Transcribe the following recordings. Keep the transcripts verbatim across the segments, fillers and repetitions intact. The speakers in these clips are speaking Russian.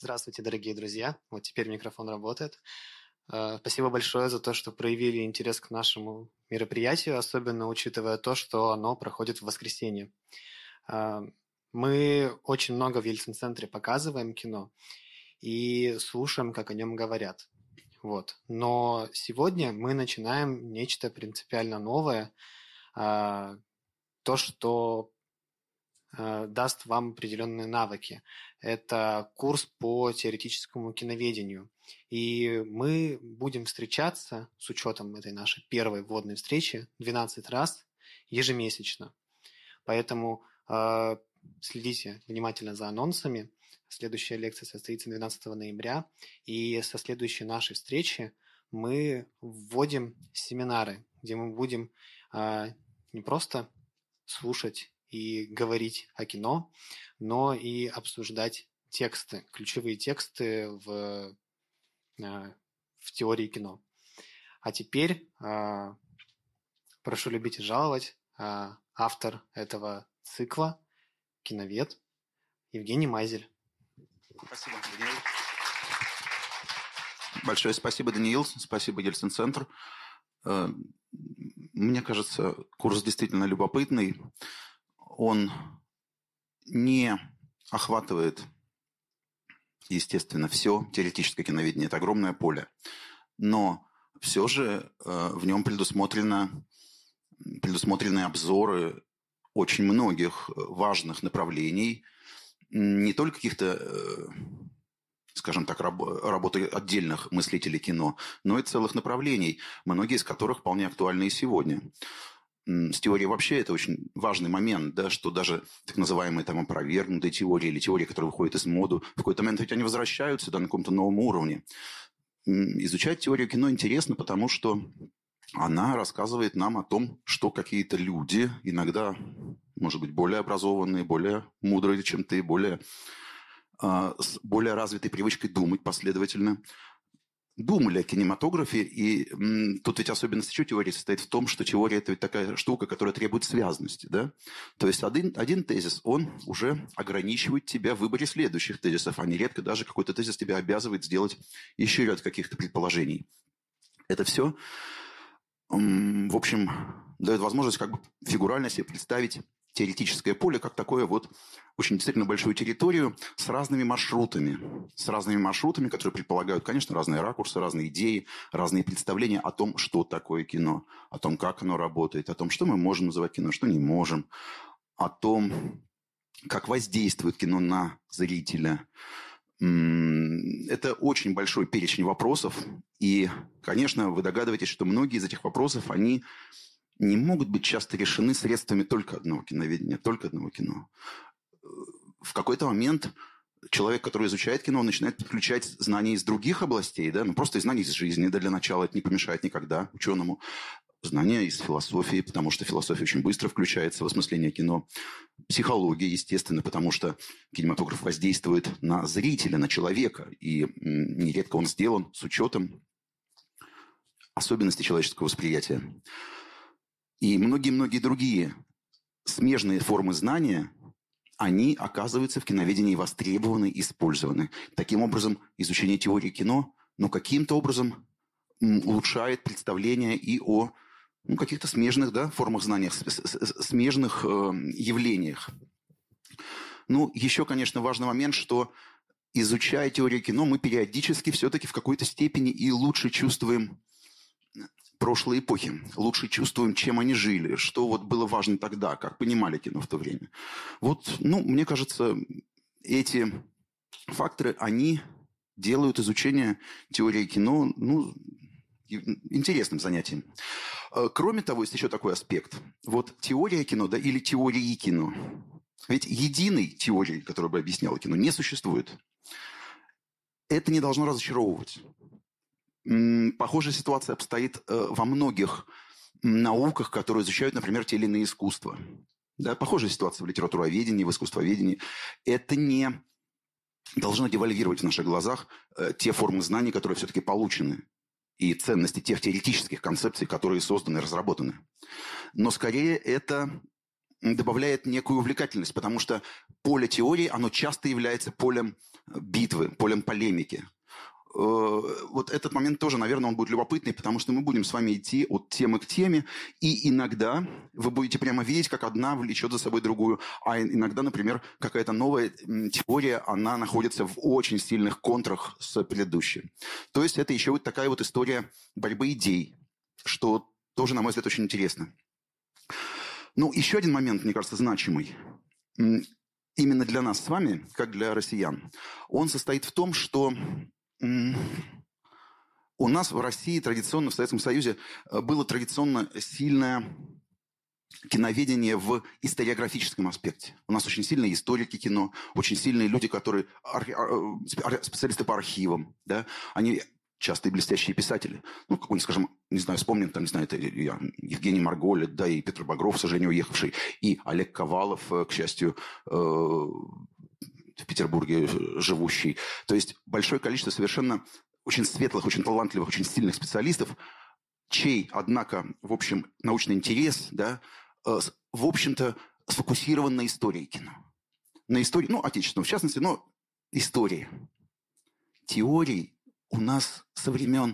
Здравствуйте, дорогие друзья. Вот теперь микрофон работает. Э, Спасибо большое за то, что проявили интерес к нашему мероприятию, особенно учитывая то, что оно проходит в воскресенье. Э, Мы очень много в Ельцин-центре показываем кино и слушаем, как о нем говорят. Вот. Но сегодня мы начинаем нечто принципиально новое, э, то, что э, даст вам определенные навыки. Это курс по теоретическому киноведению. И мы будем встречаться, с учетом этой нашей первой вводной встречи, двенадцать раз ежемесячно. Поэтому э, следите внимательно за анонсами. Следующая лекция состоится двенадцатого ноября. И со следующей нашей встречи мы вводим семинары, где мы будем э, не просто слушать и говорить о кино, но и обсуждать тексты, ключевые тексты в, э, в теории кино. А теперь э, прошу любить и жаловать, э, автор этого цикла, киновед Евгений Майзель. Спасибо, Даниил. Большое спасибо, Даниил. Спасибо, Ельцин-центр. Мне кажется, курс действительно любопытный. Он не охватывает, естественно, все. Теоретическое киноведение – это огромное поле. Но все же в нем предусмотрено, предусмотрены обзоры очень многих важных направлений, не только каких-то, скажем так, работы отдельных мыслителей кино, но и целых направлений, многие из которых вполне актуальны и сегодня. С теорией вообще это очень важный момент, да, что даже так называемые там опровергнутые теории или теории, которые выходят из моды, в какой-то момент ведь они возвращаются да, на каком-то новом уровне. Изучать теорию кино интересно, потому что она рассказывает нам о том, что какие-то люди, иногда, может быть, более образованные, более мудрые, чем ты, более, э, с более развитой привычкой думать последовательно, думали о кинематографе, и м, тут ведь особенность еще теории состоит в том, что теория – это ведь такая штука, которая требует связности, да? То есть один, один тезис, он уже ограничивает тебя в выборе следующих тезисов, а нередко даже какой-то тезис тебя обязывает сделать еще ряд каких-то предположений. Это все, м, в общем, дает возможность как бы фигурально себе представить теоретическое поле как такое вот очень действительно большую территорию с разными маршрутами. С разными маршрутами, которые предполагают, конечно, разные ракурсы, разные идеи, разные представления о том, что такое кино, о том, как оно работает, о том, что мы можем называть кино, что не можем, о том, как воздействует кино на зрителя. Это очень большой перечень вопросов. И, конечно, вы догадываетесь, что многие из этих вопросов, они не могут быть часто решены средствами только одного киноведения, только одного кино. В какой-то момент человек, который изучает кино, начинает подключать знания из других областей, да, ну просто из знаний из жизни, да, для начала это не помешает никогда ученому. Знания из философии, потому что философия очень быстро включается в осмысление кино. Психология, естественно, потому что кинематограф воздействует на зрителя, на человека, и нередко он сделан с учетом особенностей человеческого восприятия. И многие-многие другие смежные формы знания, они оказываются в киноведении востребованы и использованы. Таким образом, изучение теории кино, но каким-то образом улучшает представление и о ну, каких-то смежных да, формах знания, смежных э, явлениях. Ну, еще, конечно, важный момент, что изучая теорию кино, мы периодически все-таки в какой-то степени и лучше чувствуем прошлой эпохи, лучше чувствуем, чем они жили, что вот было важно тогда, как понимали кино в то время. Вот, ну, мне кажется, эти факторы, они делают изучение теории кино, ну, интересным занятием. Кроме того, есть еще такой аспект. Вот теория кино, да, или теории кино. Ведь единой теории, которая бы объясняла кино, не существует. Это не должно разочаровывать. Похожая ситуация обстоит во многих науках, которые изучают, например, те или иные искусства. Да, похожая ситуация в литературоведении, в искусствоведении. Это не должно девальвировать в наших глазах те формы знаний, которые все-таки получены, и ценности тех теоретических концепций, которые созданы и разработаны. Но скорее это добавляет некую увлекательность, потому что поле теории, оно часто является полем битвы, полем полемики. Вот этот момент тоже, наверное, он будет любопытный, потому что мы будем с вами идти от темы к теме, и иногда вы будете прямо видеть, как одна влечет за собой другую, а иногда, например, какая-то новая теория, она находится в очень сильных контрах с предыдущей. То есть это еще вот такая вот история борьбы идей, что тоже, на мой взгляд, очень интересно. Ну, еще один момент, мне кажется, значимый. Именно для нас с вами, как для россиян, он состоит в том, что у нас в России традиционно, в Советском Союзе, было традиционно сильное киноведение в историографическом аспекте. У нас очень сильные историки кино, очень сильные люди, которые специалисты по архивам, да, они часто и блестящие писатели. Ну, какой-нибудь, скажем, не знаю, вспомним, там, не знаю, это Евгений Марголь, да, и Петр Багров, к сожалению, уехавший, и Олег Ковалов, к счастью, в Петербурге живущий. То есть большое количество совершенно очень светлых, очень талантливых, очень сильных специалистов, чей, однако, в общем, научный интерес, да, в общем-то, сфокусирован на истории кино. На истории, ну, отечественного, в частности, но истории. Теорий у нас со времен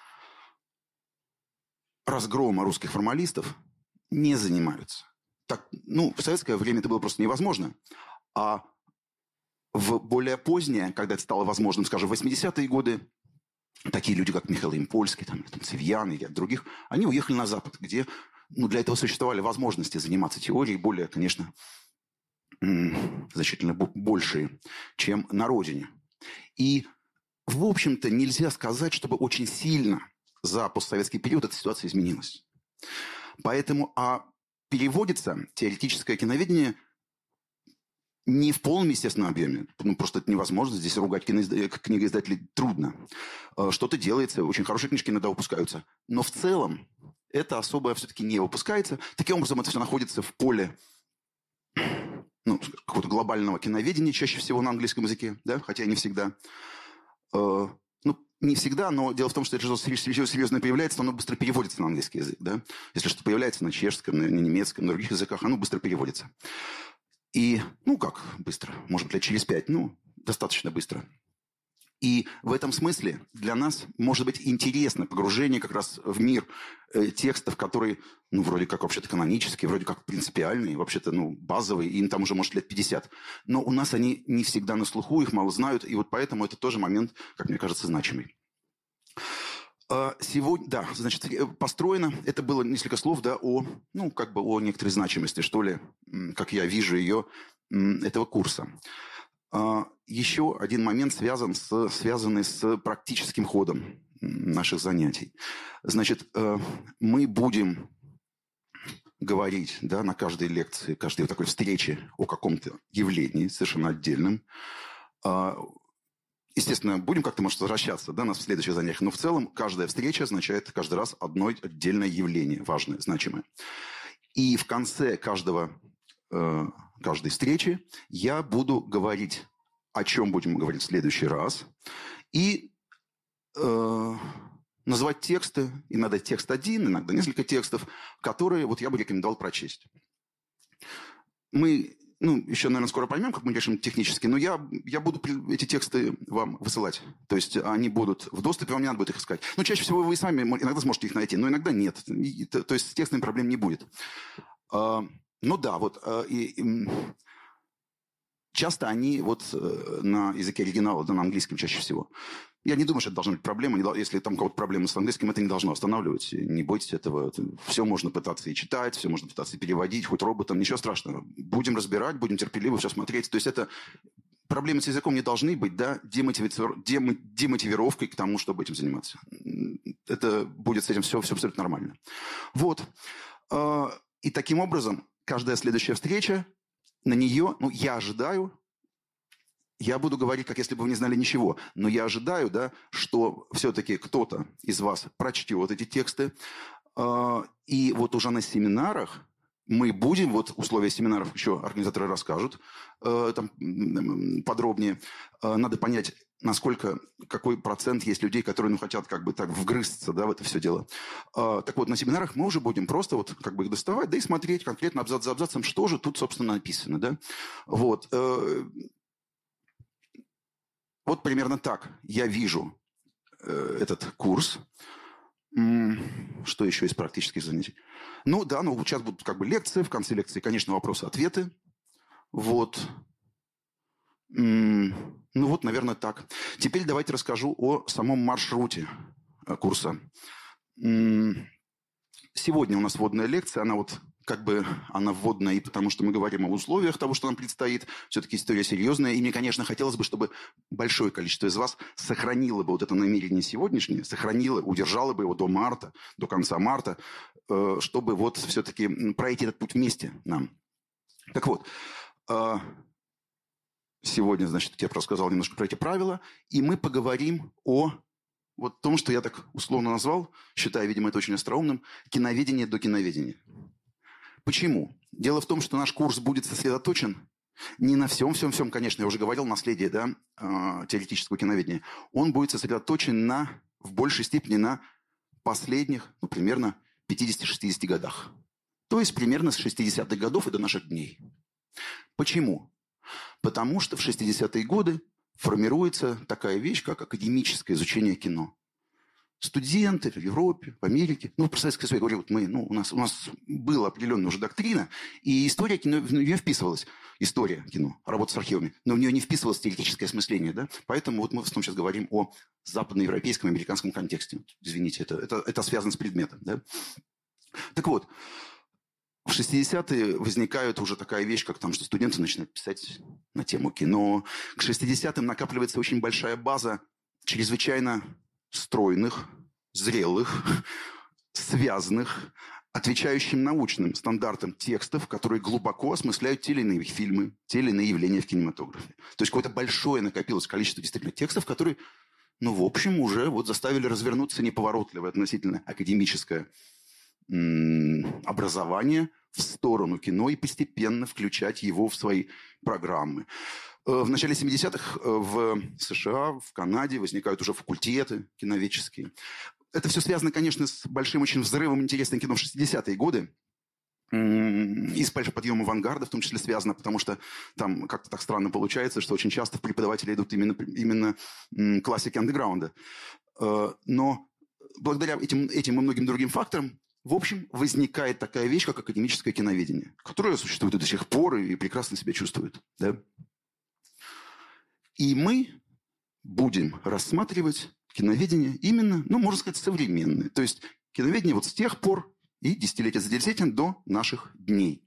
разгрома русских формалистов не занимаются. Так, ну, в советское время это было просто невозможно. А в более позднее, когда это стало возможным, скажем, в восьмидесятые годы, такие люди, как Михаил Импольский, там, там, Цивьян и ряд других, они уехали на Запад, где ну, для этого существовали возможности заниматься теорией, более, конечно, значительно большие, чем на родине. И, в общем-то, нельзя сказать, чтобы очень сильно за постсоветский период эта ситуация изменилась. Поэтому, а переводится теоретическое киноведение не в полном, естественном объеме. Ну, просто это невозможно. Здесь ругать книгоиздателей трудно. Что-то делается. Очень хорошие книжки иногда выпускаются. Но в целом это особо все-таки не выпускается. Таким образом, это все находится в поле ну, какого-то глобального киноведения, чаще всего на английском языке, да? Хотя не всегда. Ну, не всегда, но дело в том, что если что-то серьезное появляется, то оно быстро переводится на английский язык. Да? Если что-то появляется на чешском, на немецком, на других языках, оно быстро переводится. И, ну как быстро, может быть, лет через пять, ну, достаточно быстро. И в этом смысле для нас может быть интересно погружение как раз в мир э, текстов, которые, ну, вроде как вообще-то канонические, вроде как принципиальные, вообще-то, ну, базовые, им там уже, может, лет пятьдесят. Но у нас они не всегда на слуху, их мало знают, и вот поэтому это тоже момент, как мне кажется, значимый. Сегодня, да, значит, построено, это было несколько слов, да, о, ну, как бы о некоторой значимости, что ли, как я вижу ее, этого курса. Еще один момент связан с, связанный с практическим ходом наших занятий. Значит, мы будем говорить, да, на каждой лекции, каждой такой встрече о каком-то явлении совершенно отдельном. Естественно, будем как-то, может, возвращаться, да, нас в следующих занятиях, но в целом каждая встреча означает каждый раз одно отдельное явление, важное, значимое. И в конце каждого, э, каждой встречи я буду говорить, о чем будем говорить в следующий раз, и э, называть тексты, иногда текст один, иногда несколько текстов, которые вот я бы рекомендовал прочесть. Мы... Ну, еще, наверное, скоро поймем, как мы решим технически, но я, я буду эти тексты вам высылать. То есть они будут в доступе, вам не надо будет их искать. Ну, чаще всего вы сами иногда сможете их найти, но иногда нет. То есть с текстами проблем не будет. Ну да, вот. И, часто они вот на языке оригинала, да, на английском чаще всего. Я не думаю, что это должна быть проблема. Если там у кого-то проблемы с английским, это не должно останавливать. Не бойтесь этого. Все можно пытаться и читать, все можно пытаться и переводить, хоть роботом. Ничего страшного. Будем разбирать, будем терпеливо все смотреть. То есть это проблемы с языком не должны быть, да, демотивировкой к тому, чтобы этим заниматься. Это будет с этим все, все абсолютно нормально. Вот. И таким образом, каждая следующая встреча, на нее, ну, я ожидаю, я буду говорить, как если бы вы не знали ничего, но я ожидаю, да, что все-таки кто-то из вас прочтет эти тексты, и вот уже на семинарах мы будем, вот условия семинаров еще организаторы расскажут там подробнее, надо понять, насколько, какой процент есть людей, которые ну, хотят как бы так вгрызться, да, в это все дело. А, так вот, на семинарах мы уже будем просто вот как бы их доставать, да и смотреть конкретно абзац за абзацем, что же тут, собственно, написано, да. Вот. Вот примерно так я вижу этот курс. Что еще из практических занятий? Ну да, ну сейчас будут как бы лекции, в конце лекции, конечно, вопросы-ответы. Вот. Ну вот, наверное, так. Теперь давайте расскажу о самом маршруте курса. Сегодня у нас вводная лекция, она вот как бы она вводная и потому, что мы говорим о условиях того, что нам предстоит. Все-таки история серьезная. И мне, конечно, хотелось бы, чтобы большое количество из вас сохранило бы вот это намерение сегодняшнее, сохранило, удержало бы его до марта, до конца марта, чтобы вот все-таки пройти этот путь вместе нам. Так вот, сегодня, значит, я просто сказал немножко про эти правила, и мы поговорим о вот том, что я так условно назвал, считаю, видимо, это очень остроумным, киноведение до киноведения. Почему? Дело в том, что наш курс будет сосредоточен не на всем-всем-всем, конечно, я уже говорил, наследие, да, э, теоретического киноведения. Он будет сосредоточен на, в большей степени на последних, ну, примерно пятидесяти-шестидесяти годах. То есть примерно с шестидесятых годов и до наших дней. Почему? Потому что в шестидесятые годы формируется такая вещь, как академическое изучение кино. Студенты в Европе, в Америке, ну, про Советский Союз, я говорю, вот мы, ну, у нас, у нас была определенная уже доктрина, и история кино, в нее вписывалась. История кино, работа с архивами, но в нее не вписывалось теоретическое осмысление, да? Поэтому вот мы в основном сейчас говорим о западноевропейском, американском контексте. Извините, это, это, это связано с предметом, да? Так вот, в шестидесятые возникает уже такая вещь, как там, что студенты начинают писать на тему кино. К шестидесятым накапливается очень большая база чрезвычайно стройных, зрелых, связанных, отвечающим научным стандартам текстов, которые глубоко осмысляют те или иные фильмы, те или иные явления в кинематографе. То есть какое-то большое накопилось количество действительно текстов, которые, ну, в общем, уже вот заставили развернуться неповоротливое относительно академическое м- образование в сторону кино и постепенно включать его в свои программы. В начале семидесятых в США, в Канаде возникают уже факультеты киноведческие. Это все связано, конечно, с большим очень взрывом интересного кино в шестидесятые годы. И с большим подъемом авангарда в том числе связано, потому что там как-то так странно получается, что очень часто преподаватели идут именно, именно классики андеграунда. Но благодаря этим, этим и многим другим факторам, в общем, возникает такая вещь, как академическое киноведение, которое существует и до сих пор и прекрасно себя чувствует. Да? И мы будем рассматривать киноведение именно, ну, можно сказать, современное. То есть киноведение вот с тех пор и десятилетия за десятилетием до наших дней.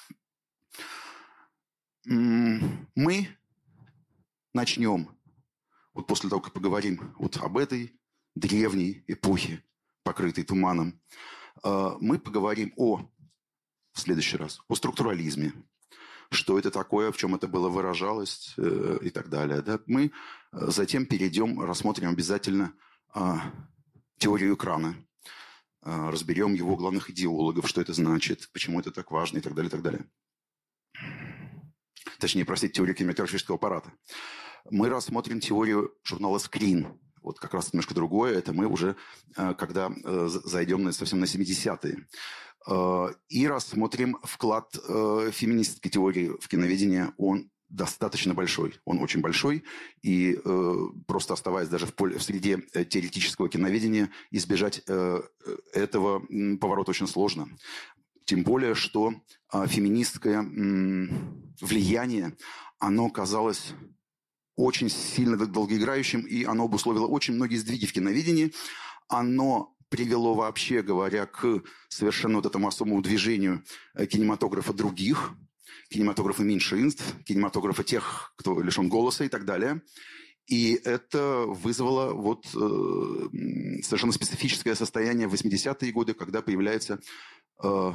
Мы начнем, вот после того, как поговорим вот об этой древней эпохе, покрытой туманом, мы поговорим о, в следующий раз, о структурализме. Что это такое, в чем это было выражалось э, и так далее. Да? Мы затем перейдем, рассмотрим обязательно э, теорию экрана, э, разберем его главных идеологов, что это значит, почему это так важно и так далее, и так далее. Точнее, простите, теорию кинематографического аппарата. Мы рассмотрим теорию журнала «Screen». Вот как раз немножко другое. Это мы уже, э, когда э, зайдем на, совсем на семидесятые. И рассмотрим вклад э, феминистской теории в киноведение. Он достаточно большой. Он очень большой. И э, просто оставаясь даже в, поле, в среде теоретического киноведения, избежать э, этого поворота очень сложно. Тем более, что э, феминистское э, влияние, оно казалось очень сильно долгоиграющим, и оно обусловило очень многие сдвиги в киноведении. Оно привело, вообще говоря, к совершенно вот этому особому движению кинематографа других, кинематографа меньшинств, кинематографа тех, кто лишен голоса и так далее. И это вызвало вот, э, совершенно специфическое состояние в восьмидесятые годы, когда появляется э,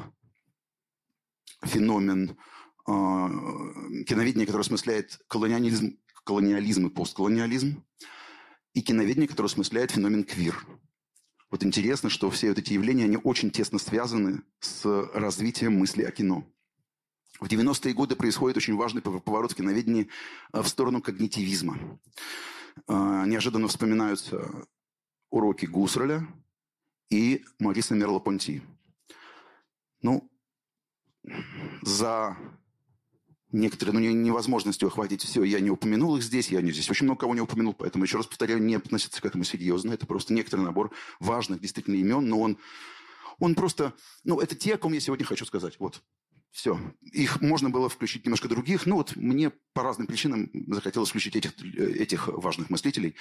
феномен э, киноведения, который осмысляет колониализм, колониализм и постколониализм, и киноведение, которое осмысляет феномен квир. Вот интересно, что все вот эти явления, они очень тесно связаны с развитием мысли о кино. В девяностые годы происходит очень важный поворот в киноведении в сторону когнитивизма. неожиданно вспоминаются уроки Гусраля и Мариса Мерло-Понти. Ну, за некоторые, ну, невозможностью охватить все, я не упомянул их здесь, я не здесь очень много кого не упомянул, поэтому, еще раз повторяю, не относиться к этому серьезно. Это просто некоторый набор важных действительно имен, но он, он просто... Ну, это те, о ком я сегодня хочу сказать. Вот. Все. Их можно было включить немножко других. Ну, вот мне по разным причинам захотелось включить этих, этих важных мыслителей.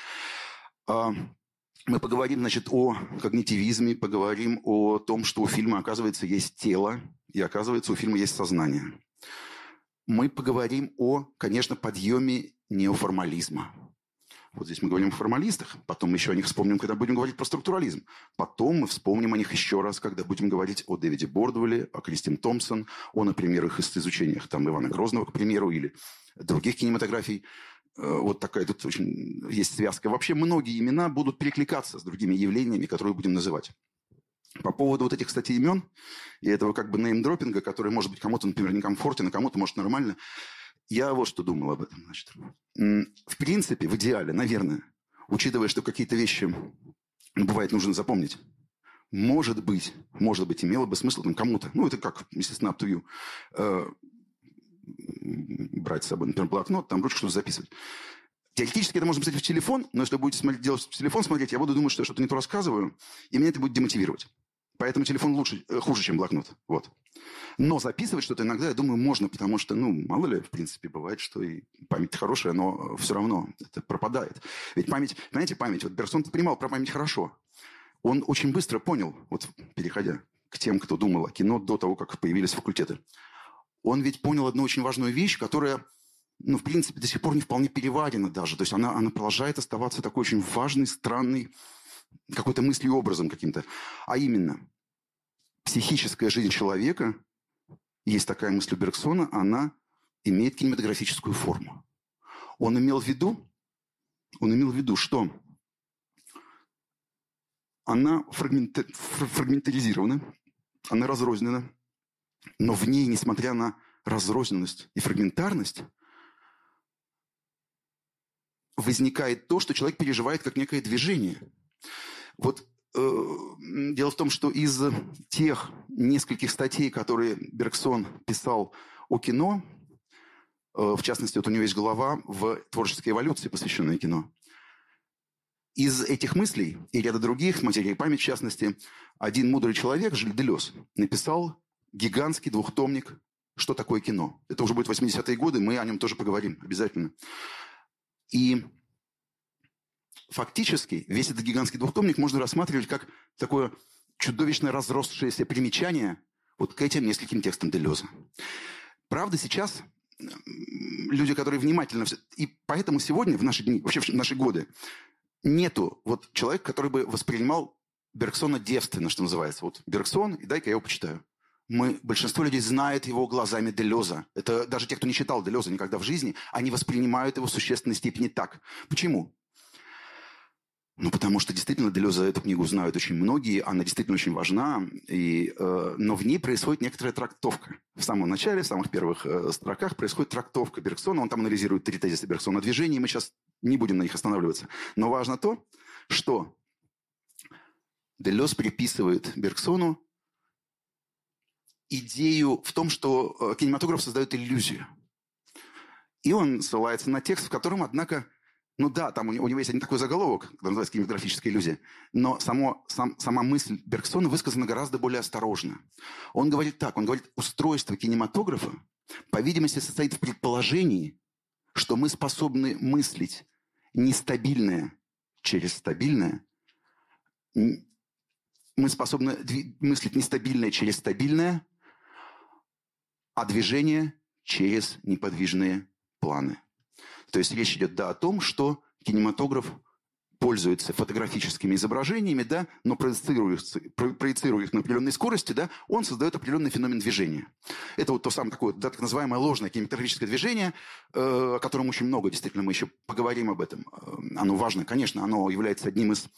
Мы поговорим, значит, о когнитивизме, поговорим о том, что у фильма, оказывается, есть тело, и, оказывается, у фильма есть сознание. Мы поговорим о, конечно, подъеме неоформализма. Вот здесь мы говорим о формалистах, потом мы еще о них вспомним, когда будем говорить про структурализм. Потом мы вспомним о них еще раз, когда будем говорить о Дэвиде Бордуэлле, о Кристин Томпсон, о, например, их изучениях там, Ивана Грозного, к примеру, или других кинематографий. Вот такая тут очень есть связка. Вообще многие имена будут перекликаться с другими явлениями, которые будем называть. По поводу вот этих, кстати, имен и этого как бы неймдропинга, который может быть кому-то, например, некомфортен, а кому-то, может, нормально, я вот что думал об этом. Значит. В принципе, в идеале, наверное, учитывая, что какие-то вещи, бывает, нужно запомнить, может быть, может быть, имело бы смысл там кому-то, ну, это как, естественно, up to you, э, брать с собой, например, блокнот, там ручку что-то записывать. Теоретически это можно писать в телефон, но если вы будете смотреть, делать в телефон смотреть, я буду думать, что я что-то не то рассказываю, и меня это будет демотивировать. Поэтому телефон лучше, хуже, чем блокнот. Вот. Но записывать что-то иногда, я думаю, можно, потому что, ну, мало ли, в принципе, бывает, что и память хорошая, но все равно это пропадает. Ведь память, понимаете, память, вот Бергсон понимал про память хорошо. Он очень быстро понял, вот переходя к тем, кто думал о кино до того, как появились факультеты, он ведь понял одну очень важную вещь, которая... ну, в принципе, до сих пор не вполне переварена даже. То есть она, она продолжает оставаться такой очень важной, странной, какой-то мыслью, образом каким-то. А именно, психическая жизнь человека, есть такая мысль у Бергсона, она имеет кинематографическую форму. Он имел в виду, он имел в виду, что она фрагменти... фрагментаризирована, она разрознена, но в ней, несмотря на разрозненность и фрагментарность, возникает то, что человек переживает как некое движение. Вот э, дело в том, что из тех нескольких статей, которые Бергсон писал о кино, э, в частности, вот у него есть глава в творческой эволюции, посвященная кино. Из этих мыслей и ряда других, материи память в частности, один мудрый человек, Жиль Делез, написал гигантский двухтомник «Что такое кино?». Это уже будет восьмидесятые годы, мы о нем тоже поговорим обязательно. И фактически весь этот гигантский двухтомник можно рассматривать как такое чудовищно разросшееся примечание вот к этим нескольким текстам Делеза. Правда, сейчас люди, которые внимательно... И поэтому сегодня, в наши дни, вообще в наши годы, нету вот человека, который бы воспринимал Бергсона девственно, что называется. Вот Бергсон, и дай-ка я его почитаю. Мы, большинство людей знает его глазами Делеза. Это даже те, кто не читал Делеза никогда в жизни, они воспринимают его в существенной степени так. Почему? Ну, потому что действительно Делеза эту книгу знают очень многие, она действительно очень важна, и, э, но в ней происходит некоторая трактовка. В самом начале, в самых первых э, строках происходит трактовка Бергсона, он там анализирует три тезиса Бергсона движения, мы сейчас не будем на них останавливаться. Но важно то, что Делез приписывает Бергсону идею в том, что кинематограф создает иллюзию. И он ссылается на текст, в котором, однако, ну да, там у него, у него есть один такой заголовок, который называется «Кинематографическая иллюзия», но само, сам, сама мысль Бергсона высказана гораздо более осторожно. Он говорит так, он говорит, устройство кинематографа, по видимости, состоит в предположении, что мы способны мыслить нестабильное через стабильное, мы способны мыслить нестабильное через стабильное, а движение через неподвижные планы. То есть речь идет, да, о том, что кинематограф пользуется фотографическими изображениями, да, но проецируя, проецируя их на определенной скорости, да, он создает определенный феномен движения. Это вот то самое такое, да, так называемое ложное кинематографическое движение, э, о котором очень много, действительно, мы еще поговорим об этом. Оно важно, конечно, оно является одним из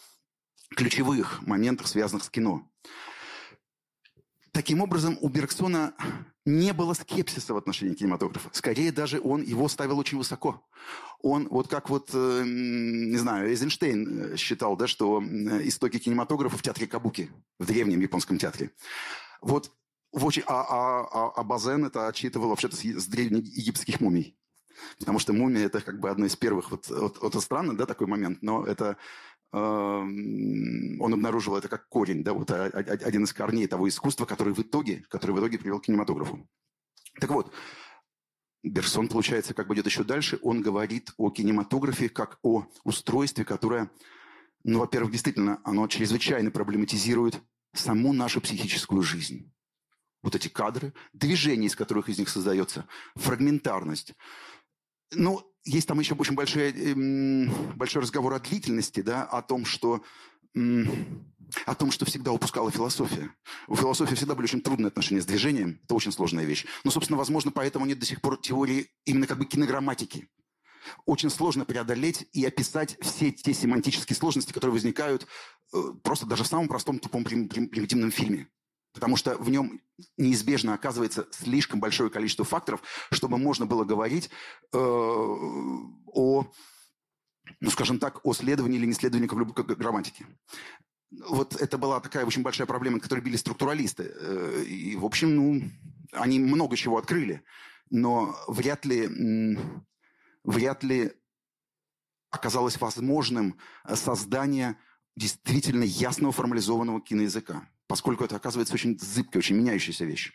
ключевых моментов, связанных с кино. Таким образом, у Бергсона не было скепсиса в отношении кинематографа. Скорее даже он его ставил очень высоко. Он, вот как вот, э, не знаю, Эйзенштейн считал, да, что истоки кинематографа в театре Кабуки, в древнем японском театре. Вот, в очень, а, а, а, а Базен это отчитывал вообще-то с, с древнеегипетских мумий. Потому что мумия – это как бы одно из первых, вот, вот, вот это странно, да, такой момент, но это, э, он обнаружил это как корень, да, вот а, а, один из корней того искусства, который в итоге, который в итоге привел к кинематографу. Так вот, Бергсон, получается, как бы идет еще дальше, он говорит о кинематографе как о устройстве, которое, ну, во-первых, действительно, оно чрезвычайно проблематизирует саму нашу психическую жизнь. Вот эти кадры, движения, из которых из них создается, фрагментарность. Ну, есть там еще очень большой, большой разговор о длительности, да, о том, что, о том, что всегда упускала философия. У философии всегда были очень трудные отношения с движением. Это очень сложная вещь. Но, собственно, возможно, поэтому нет до сих пор теории именно как бы кинограмматики. Очень сложно преодолеть и описать все те семантические сложности, которые возникают просто даже в самом простом, тупом, примитивном фильме. Потому что в нем неизбежно оказывается слишком большое количество факторов, чтобы можно было говорить э, о, ну, скажем так, о следовании или неследовании к грамматике. Вот это была такая очень большая проблема, которой били структуралисты. И, в общем, ну, они много чего открыли, но вряд ли, вряд ли оказалось возможным создание действительно ясного формализованного киноязыка, поскольку это оказывается очень зыбкая, очень меняющаяся вещь.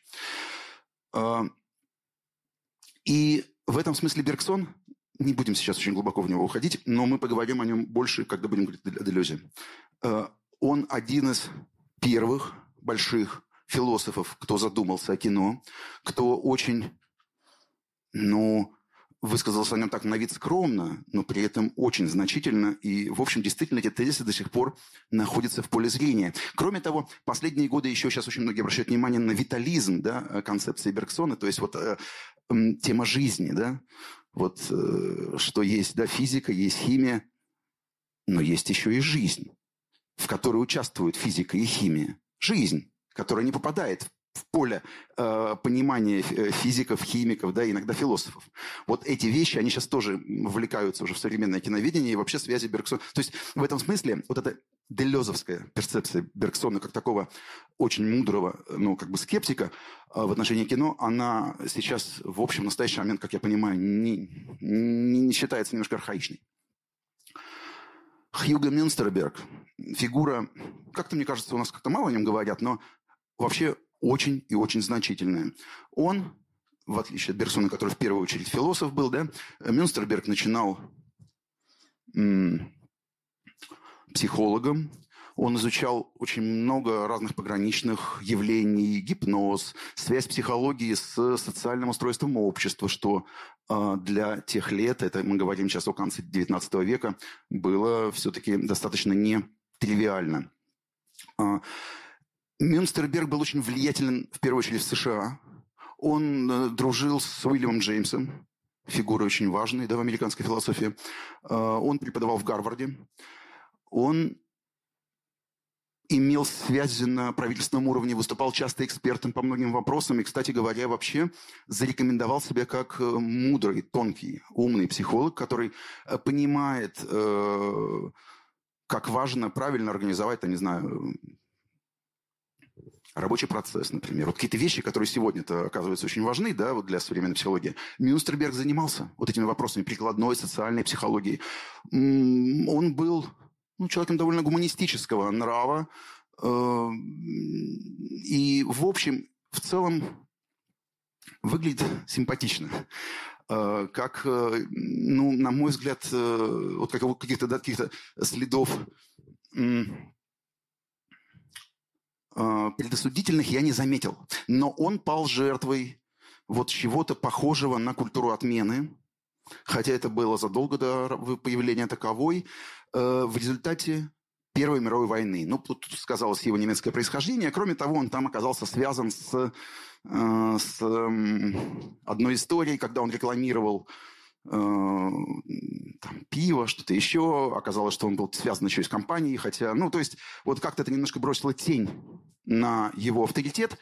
И в этом смысле Бергсон, не будем сейчас очень глубоко в него уходить, но мы поговорим о нем больше, когда будем говорить о Делезе. Он один из первых больших философов, кто задумался о кино, кто очень, ну, высказался о нем так на вид скромно, но при этом очень значительно. И, в общем, действительно, эти тезисы до сих пор находятся в поле зрения. Кроме того, последние годы еще сейчас очень многие обращают внимание на витализм, да, концепции Бергсона, то есть вот э, э, тема жизни, да, вот э, что есть, да, физика, есть химия, но есть еще и жизнь, в которой участвуют физика и химия. Жизнь, которая не попадает в поле э, понимания физиков, химиков, да, иногда философов. Вот эти вещи, они сейчас тоже вовлекаются уже в современное киноведение и вообще связи Бергсона. То есть в этом смысле вот эта делезовская перцепция Бергсона как такого очень мудрого, ну, как бы скептика э, в отношении кино, она сейчас, в общем, в настоящий момент, как я понимаю, не, не, не считается немножко архаичной. Хьюго Мюнстерберг, фигура, как-то, мне кажется, у нас как-то мало о нем говорят, но вообще очень и очень значительная. Он, в отличие от Бергсона, который в первую очередь философ был, да, Мюнстерберг начинал м- психологом. Он изучал очень много разных пограничных явлений, гипноз, связь психологии с социальным устройством общества, что э, для тех лет, это мы говорим сейчас о конце девятнадцатого века, было все-таки достаточно нетривиально. Э, Мюнстерберг был очень влиятелен, в первую очередь, в США. Он э, дружил с Уильямом Джеймсом, фигурой очень важной, да, в американской философии. Э, он преподавал в Гарварде. Он имел связи на правительственном уровне, выступал часто экспертом по многим вопросам и, кстати говоря, вообще зарекомендовал себя как мудрый, тонкий, умный психолог, который понимает, э, как важно правильно организовать, я не знаю, рабочий процесс, например. Вот какие-то вещи, которые сегодня-то оказываются очень важны, да, вот для современной психологии. Мюнстерберг занимался вот этими вопросами прикладной, социальной психологии. Он был, ну, человеком довольно гуманистического нрава. Э, и, в общем, в целом выглядит симпатично. Э, как, э, ну, на мой взгляд, э, вот как, каких-то, да, каких-то следов предосудительных я не заметил. Но он пал жертвой вот чего-то похожего на культуру отмены, хотя это было задолго до появления таковой, в результате Первой мировой войны. Ну, тут сказалось его немецкое происхождение. Кроме того, он там оказался связан с, с одной историей, когда он рекламировал там, пиво, что-то еще. Оказалось, что он был связан еще и с компанией, хотя, ну, то есть, вот как-то это немножко бросило тень на его авторитет.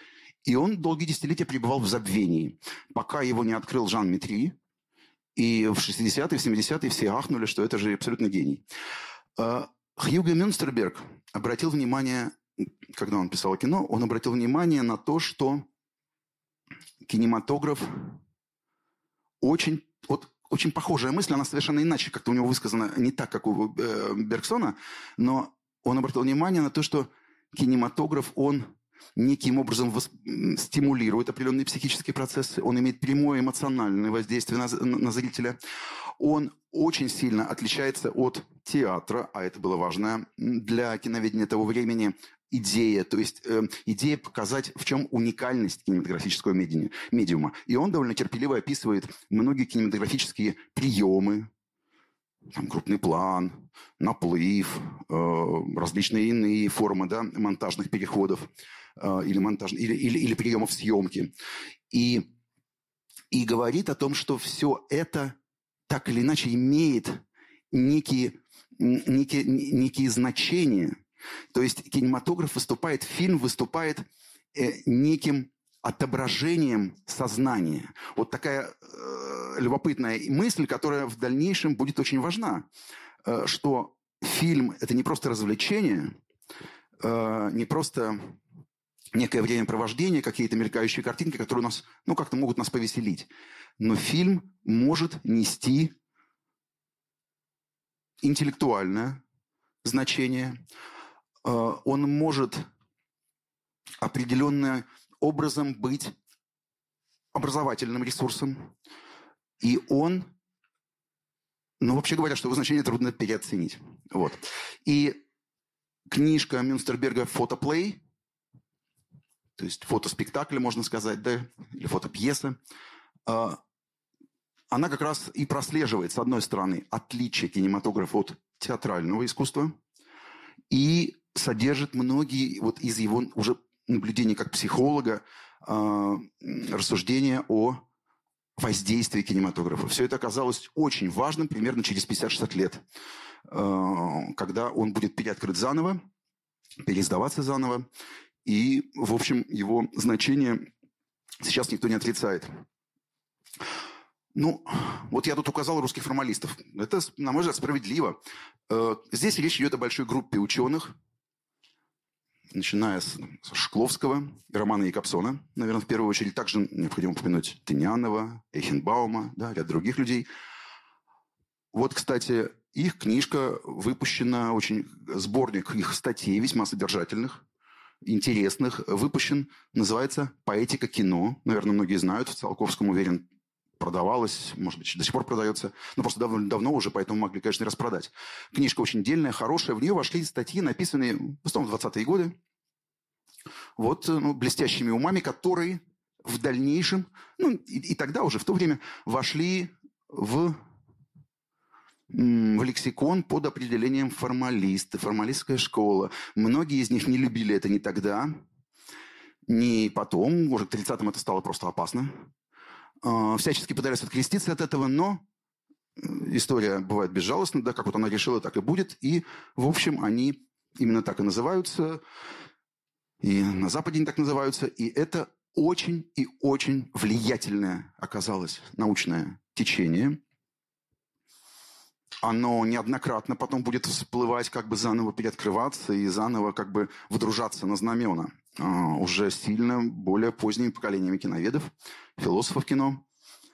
И он долгие десятилетия пребывал в забвении, пока его не открыл Жан Метри. И в шестидесятые, в семидесятые все ахнули, что это же абсолютно гений. Хьюго Мюнстерберг обратил внимание, когда он писал кино, он обратил внимание на то, что кинематограф очень... Вот, очень похожая мысль, она совершенно иначе, как-то у него высказана не так, как у э, Бергсона, но он обратил внимание на то, что кинематограф, он неким образом восп... стимулирует определенные психические процессы, он имеет прямое эмоциональное воздействие на, на зрителя, он очень сильно отличается от театра, а это было важно для киноведения того времени, идея, то есть э, идея показать, в чем уникальность кинематографического медиа, медиума. И он довольно терпеливо описывает многие кинематографические приемы, там, крупный план, наплыв, э, различные иные формы, да, монтажных переходов э, или, монтаж, или, или, или приемов съемки. И, и говорит о том, что все это так или иначе имеет некие, некие, некие значения. То есть кинематограф выступает, фильм выступает э, неким отображением сознания. Вот такая э, любопытная мысль, которая в дальнейшем будет очень важна, э, что фильм – это не просто развлечение, э, не просто некое времяпровождение, какие-то мелькающие картинки, которые у нас, ну, как-то могут нас повеселить. Но фильм может нести интеллектуальное значение, он может определенным образом быть образовательным ресурсом. И он, ну, вообще говоря, что его значение трудно переоценить. Вот. И книжка Мюнстерберга «Фотоплей», то есть фотоспектакль, можно сказать, да, или фотопьеса, она как раз и прослеживает, с одной стороны, отличие кинематографа от театрального искусства и содержит многие вот из его уже наблюдений как психолога э, рассуждения о воздействии кинематографа. Все это оказалось очень важным примерно через пятьдесят-шестьдесят лет, э, когда он будет переоткрыт заново, переиздаваться заново. И, в общем, его значение сейчас никто не отрицает. Ну, вот я тут указал русских формалистов. Это, на мой взгляд, справедливо. Э, здесь речь идет о большой группе ученых, начиная с, с Шкловского и Романа Якобсона, наверное, в первую очередь. Также необходимо упомянуть Тынянова, Эйхенбаума, да, ряд других людей. Вот, кстати, их книжка выпущена, очень сборник их статей, весьма содержательных, интересных, выпущен, называется «Поэтика кино». Наверное, многие знают, в Циолковском, уверен, продавалась, может быть, до сих пор продается, но просто давно, давно уже, поэтому могли, конечно, распродать. Книжка очень дельная, хорошая. В нее вошли статьи, написанные в основном в двадцатые годы, вот, ну, блестящими умами, которые в дальнейшем, ну, и, и тогда уже, в то время, вошли в, в лексикон под определением формалисты, формалистская школа. Многие из них не любили это ни тогда, ни потом. Уже к тридцатым это стало просто опасно. Всячески пытались откреститься от этого, но история бывает безжалостна, да, как вот она решила, так и будет. И, в общем, они именно так и называются, и на Западе они так называются. И это очень и очень влиятельное оказалось научное течение. Оно неоднократно потом будет всплывать, как бы заново переоткрываться и заново как бы вдружаться на знамена. А, уже сильно более поздними поколениями киноведов, философов кино.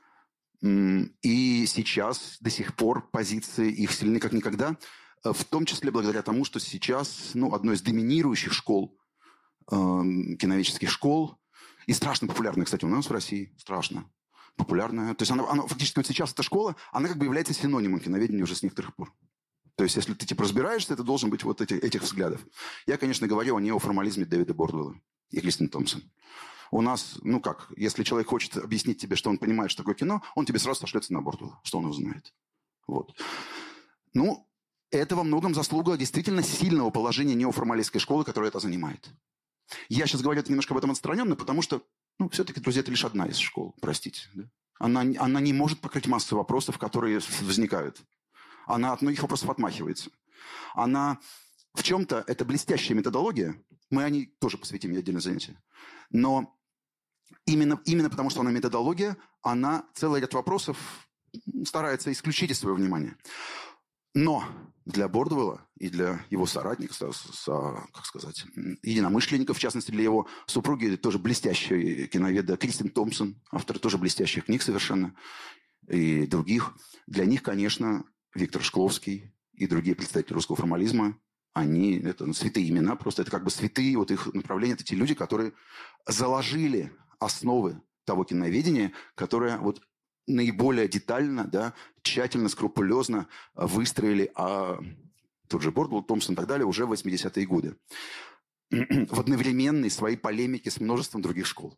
И сейчас до сих пор позиции их сильны как никогда, в том числе благодаря тому, что сейчас, ну, одной из доминирующих школ, э, киноведческих школ, и страшно популярная, кстати, у нас в России, страшно популярная. То есть она, она фактически вот сейчас эта школа, она как бы является синонимом киноведения уже с некоторых пор. То есть если ты типа разбираешься, это должен быть вот эти, этих взглядов. Я, конечно, говорю о неоформализме Дэвида Бордуэлла и Кристин Томпсон. У нас, ну как, если человек хочет объяснить тебе, что он понимает, что такое кино, он тебе сразу сошлется на Бордуэлла, что он его знает. Вот. Ну, это во многом заслуга действительно сильного положения неоформалистской школы, которая это занимает. Я сейчас говорю это немножко об этом отстраненно, потому что, ну, все-таки, друзья, это лишь одна из школ, простите. Да? Она, она не может покрыть массу вопросов, которые возникают. Она от многих вопросов отмахивается. Она в чем-то, это блестящая методология, мы о ней тоже посвятим отдельное занятие. Но Именно, именно потому, что она методология, она целый ряд вопросов старается исключить из своего внимания. Но для Бордуэлла и для его соратников, со, со, как сказать, единомышленников, в частности, для его супруги, тоже блестящие киноведы, Кристин Томпсон, автор тоже блестящих книг совершенно, и других. Для них, конечно, Виктор Шкловский и другие представители русского формализма, они, это ну, святые имена, просто это как бы святые, вот их направления, это те люди, которые заложили основы того киноведения, которое вот наиболее детально, да, тщательно, скрупулезно выстроили, а тот же Бордуэлл, Томпсон и так далее уже в восьмидесятые годы. В одновременной своей полемике с множеством других школ.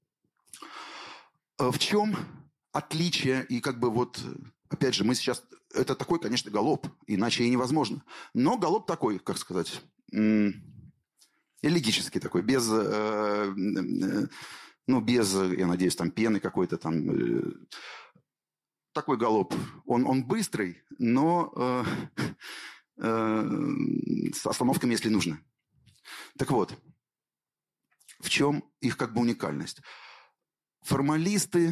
В чем отличие и как бы вот, опять же, мы сейчас... Это такой, конечно, галоп, иначе и невозможно. Но галоп такой, как сказать, элегический такой, без... Ну, без, я надеюсь, там пены какой-то там. Э, такой галоп. Он, он быстрый, но э, э, с остановками, если нужно. Так вот, в чем их как бы уникальность? Формалисты...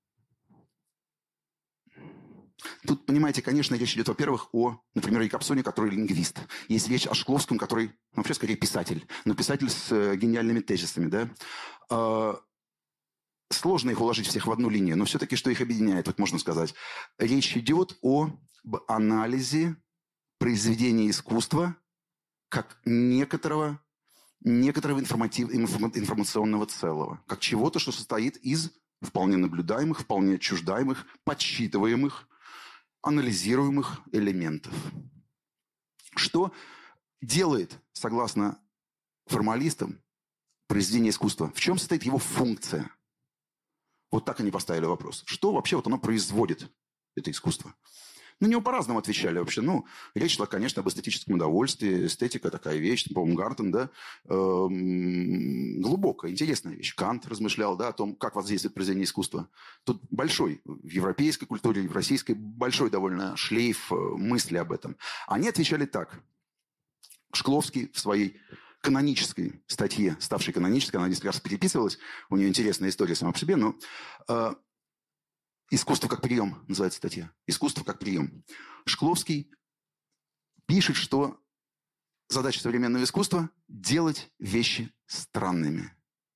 Тут, понимаете, конечно, речь идет, во-первых, о, например, Якобсоне, который лингвист. Есть речь о Шкловском, который, ну, вообще, скорее, писатель. Но писатель с э, гениальными тезисами, да. Э, Сложно их уложить всех в одну линию, но все-таки что их объединяет, вот можно сказать. Речь идет о анализе произведения искусства как некоторого, некоторого информатив, информационного целого, как чего-то, что состоит из вполне наблюдаемых, вполне отчуждаемых, подсчитываемых, анализируемых элементов. Что делает, согласно формалистам, произведение искусства? В чем состоит его функция? Вот так они поставили вопрос. Что вообще вот оно производит, это искусство? На него по-разному отвечали вообще. Ну, речь шла, конечно, об эстетическом удовольствии. Эстетика такая вещь, по-моему, Гартен, да, эм, глубокая, интересная вещь. Кант размышлял, да, о том, как воздействует произведение искусства. Тут большой, в европейской культуре, в российской, большой довольно шлейф мысли об этом. Они отвечали так. Шкловский в своей канонической статье, ставшей канонической, она несколько раз переписывалась, у нее интересная история сама по себе, но э, «Искусство как прием» называется статья. «Искусство как прием». Шкловский пишет, что задача современного искусства – делать вещи странными.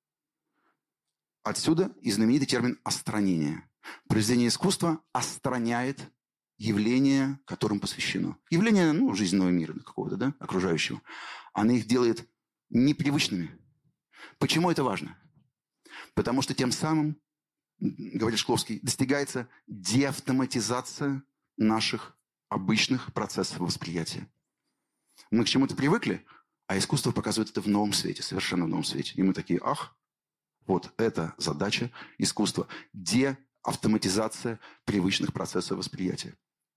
Отсюда и знаменитый термин «остранение». Произведение искусства остраняет явление, которым посвящено. Явление, ну, жизненного мира какого-то, да, окружающего. Она их делает непривычными. Почему это важно? Потому что тем самым, говорит Шкловский, достигается деавтоматизация наших обычных процессов восприятия. Мы к чему-то привыкли, а искусство показывает это в новом свете, совершенно в новом свете. И мы такие, ах, вот это задача искусства. Деавтоматизация привычных процессов восприятия.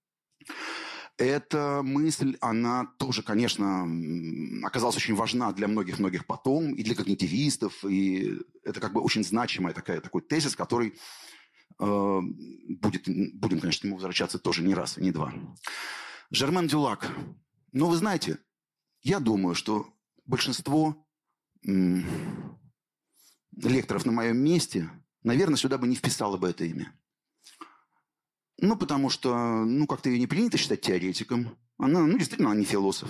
Эта мысль, она тоже, конечно, оказалась очень важна для многих-многих потом, и для когнитивистов, и это как бы очень значимый такая, такой тезис, который э, будет, будем, конечно, к нему возвращаться тоже не раз, и не два. Жермен Дюлак. Ну, вы знаете, я думаю, что большинство м, лекторов на моем месте, наверное, сюда бы не вписало бы это имя. Ну, потому что, ну, как-то ее не принято считать теоретиком. Она, ну, действительно, она не философ.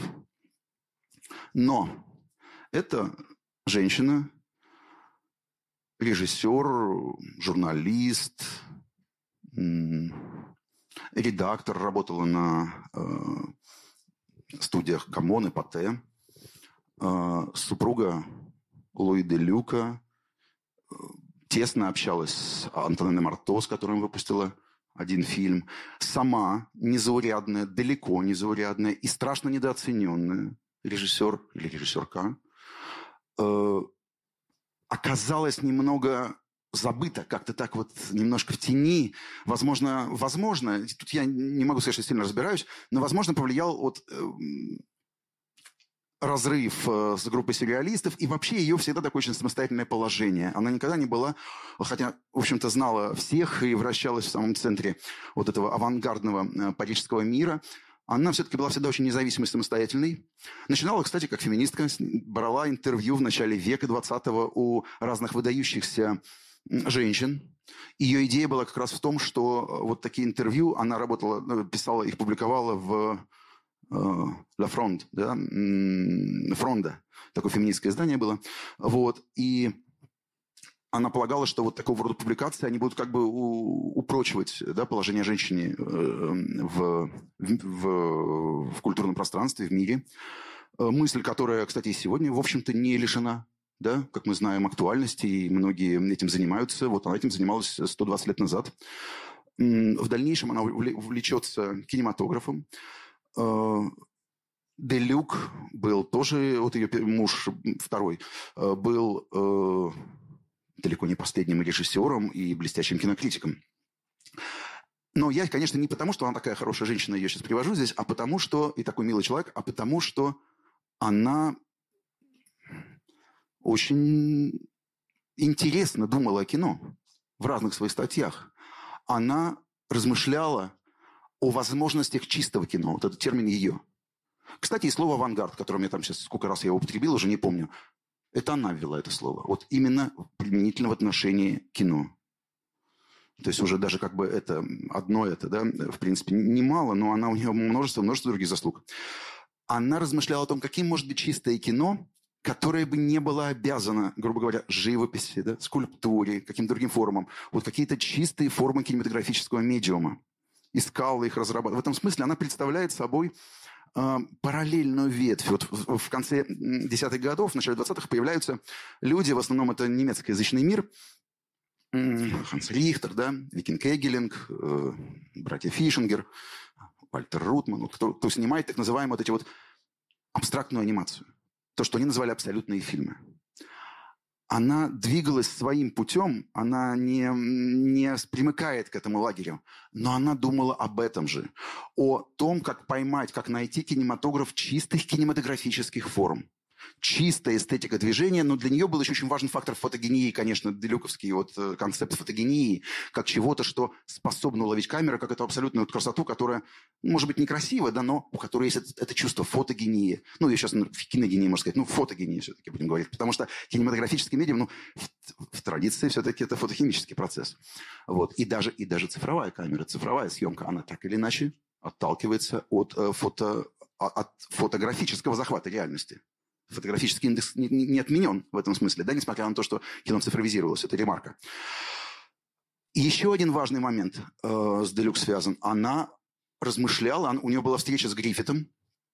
Но это женщина, режиссер, журналист, редактор, работала на э, студиях Камон и Патте, э, супруга Луи де Люка, э, тесно общалась с Антониной Марто, с которым выпустила один фильм. Сама незаурядная, далеко незаурядная и страшно недооцененная режиссер или режиссерка э, оказалась немного забыта, как-то так вот немножко в тени. Возможно, возможно, тут я не могу сказать, что сильно разбираюсь, но, возможно, повлиял вот, э, разрыв э, с группой сюрреалистов, и вообще ее всегда такое очень самостоятельное положение. Она никогда не была, хотя, в общем-то, знала всех и вращалась в самом центре вот этого авангардного э, парижского мира. Она все-таки была всегда очень независимой, самостоятельной. Начинала, кстати, как феминистка, брала интервью в начале века двадцатого у разных выдающихся женщин. Ее идея была как раз в том, что вот такие интервью, она работала, писала, их публиковала в La Fronde, да, Фронда, такое феминистское издание было. Вот, и она полагала, что вот такого рода публикации, они будут как бы упрочивать, да, положение женщины в, в, в культурном пространстве, в мире. Мысль, которая, кстати, и сегодня, в общем-то, не лишена, да, как мы знаем, актуальности, и многие этим занимаются. Вот она этим занималась сто двадцать лет назад. В дальнейшем она увлечется кинематографом. Де Люк был тоже, вот ее муж второй, был далеко не последним режиссером и блестящим кинокритиком. Но я, конечно, не потому, что она такая хорошая женщина, ее сейчас привожу здесь, а потому что, и такой милый человек, а потому что она очень интересно думала о кино в разных своих статьях. Она размышляла о возможностях чистого кино. Вот этот термин ее. Кстати, и слово «авангард», которое я там сейчас сколько раз я его употребил, уже не помню. Это она ввела это слово. Вот именно применительно в отношении кино. То есть уже даже как бы это одно это, да, в принципе, немало, но она, у нее множество, множество других заслуг. Она размышляла о том, каким может быть чистое кино, которое бы не было обязано, грубо говоря, живописи, да, скульптуре, каким-то другим формам. Вот какие-то чистые формы кинематографического медиума. Искала их, разрабатывала. В этом смысле она представляет собой э, параллельную ветвь. Вот в, в конце десятых годов, в начале двадцатых появляются люди, в основном это немецкоязычный мир, Ханс Рихтер, да, Викинг Эгелинг, э, братья Фишингер, Вальтер Рутман, вот, кто, кто снимает так называемую вот эти вот абстрактную анимацию. То, что они называли абсолютные фильмы. Она двигалась своим путем, она не, не примыкает к этому лагерю, но она думала об этом же. О том, как поймать, как найти кинематограф чистых кинематографических форм. Чистая эстетика движения, но для нее был еще очень важен фактор фотогении, конечно, делюковский вот концепт фотогении, как чего-то, что способно уловить камера, как эту абсолютную вот красоту, которая, может быть, некрасивая, да, но у которой есть это, это чувство фотогении. Ну, я сейчас ну, киногении, можно сказать, ну, фотогении все-таки будем говорить, потому что кинематографический медиум, ну, в, в традиции все-таки это фотохимический процесс. Вот. И, даже, и даже цифровая камера, цифровая съемка, она так или иначе отталкивается от, э, фото, от фотографического захвата реальности. Фотографический индекс не, не отменен в этом смысле, да, несмотря на то, что кино цифровизировалось. Это ремарка. И еще один важный момент э, с Делюк связан. Она размышляла, он, у нее была встреча с Гриффитом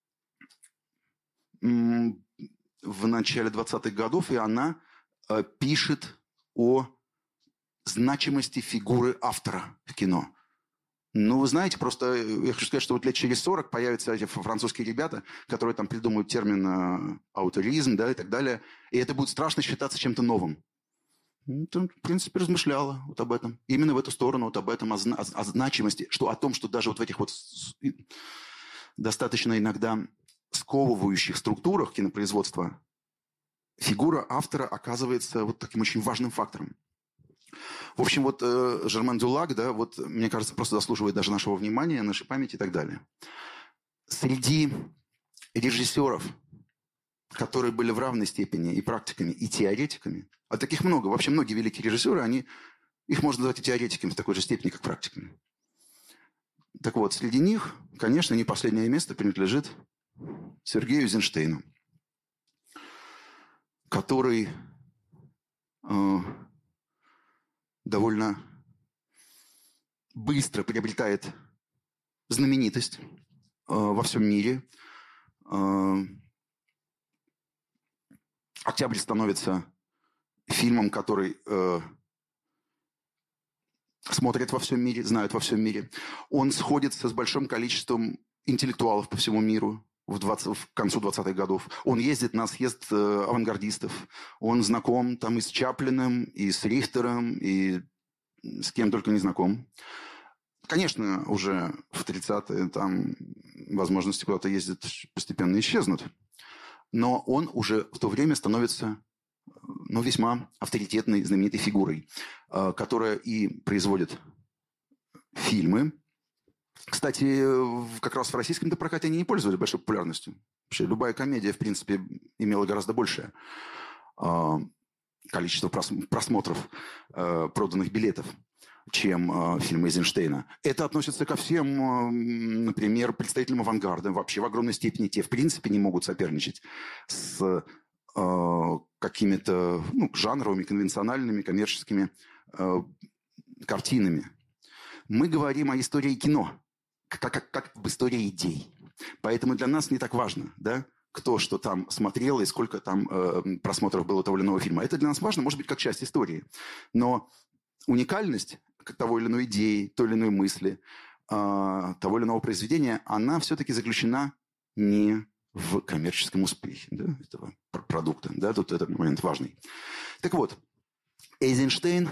м, в начале двадцатых годов, и она э, пишет о значимости фигуры автора в кино. Ну, вы знаете, просто я хочу сказать, что вот лет через сорок появятся эти французские ребята, которые там придумают термин э, аутуризм, да, и так далее, и это будет страшно считаться чем-то новым. Ну, ты, в принципе, размышляла вот об этом. Именно в эту сторону, вот об этом, о, о, о значимости, что о том, что даже вот в этих вот достаточно иногда сковывающих структурах кинопроизводства фигура автора оказывается вот таким очень важным фактором. В общем, вот э, Жермен Дюлак, да, вот, мне кажется, просто заслуживает даже нашего внимания, нашей памяти и так далее. Среди режиссеров, которые были в равной степени и практиками, и теоретиками, а таких много, вообще многие великие режиссеры, они, их можно назвать и теоретиками в такой же степени, как практиками. Так вот, среди них, конечно, не последнее место принадлежит Сергею Эйзенштейну, который... Э, довольно быстро приобретает знаменитость э, во всем мире. Э, «Октябрь» становится фильмом, который э, смотрят во всем мире, знают во всем мире. Он сходится с большим количеством интеллектуалов по всему миру в, двадцатых, в концу двадцатых годов. Он ездит на съезд э, авангардистов. Он знаком там и с Чаплиным, и с Рихтером, и с кем только не знаком. Конечно, уже в тридцатые там возможности куда-то ездить постепенно исчезнут. Но он уже в то время становится ну, весьма авторитетной, знаменитой фигурой, э, которая и производит фильмы. Кстати, как раз в российском прокате они не пользовались большой популярностью. Вообще любая комедия, в принципе, имела гораздо большее. количество просмотров, э, проданных билетов, чем э, фильмы Эйзенштейна. Это относится ко всем, э, например, представителям авангарда. Вообще в огромной степени те, в принципе, не могут соперничать с э, какими-то ну, жанровыми, конвенциональными, коммерческими э, картинами. Мы говорим о истории кино, как, как, как об истории идей. Поэтому для нас не так важно, да, кто что там смотрел и сколько там э, просмотров было того или иного фильма. Это для нас важно, может быть, как часть истории. Но уникальность того или иной идеи, той или иной мысли, э, того или иного произведения, она все-таки заключена не в коммерческом успехе, да, этого продукта. Да, тут этот момент важный. Так вот, Эйзенштейн,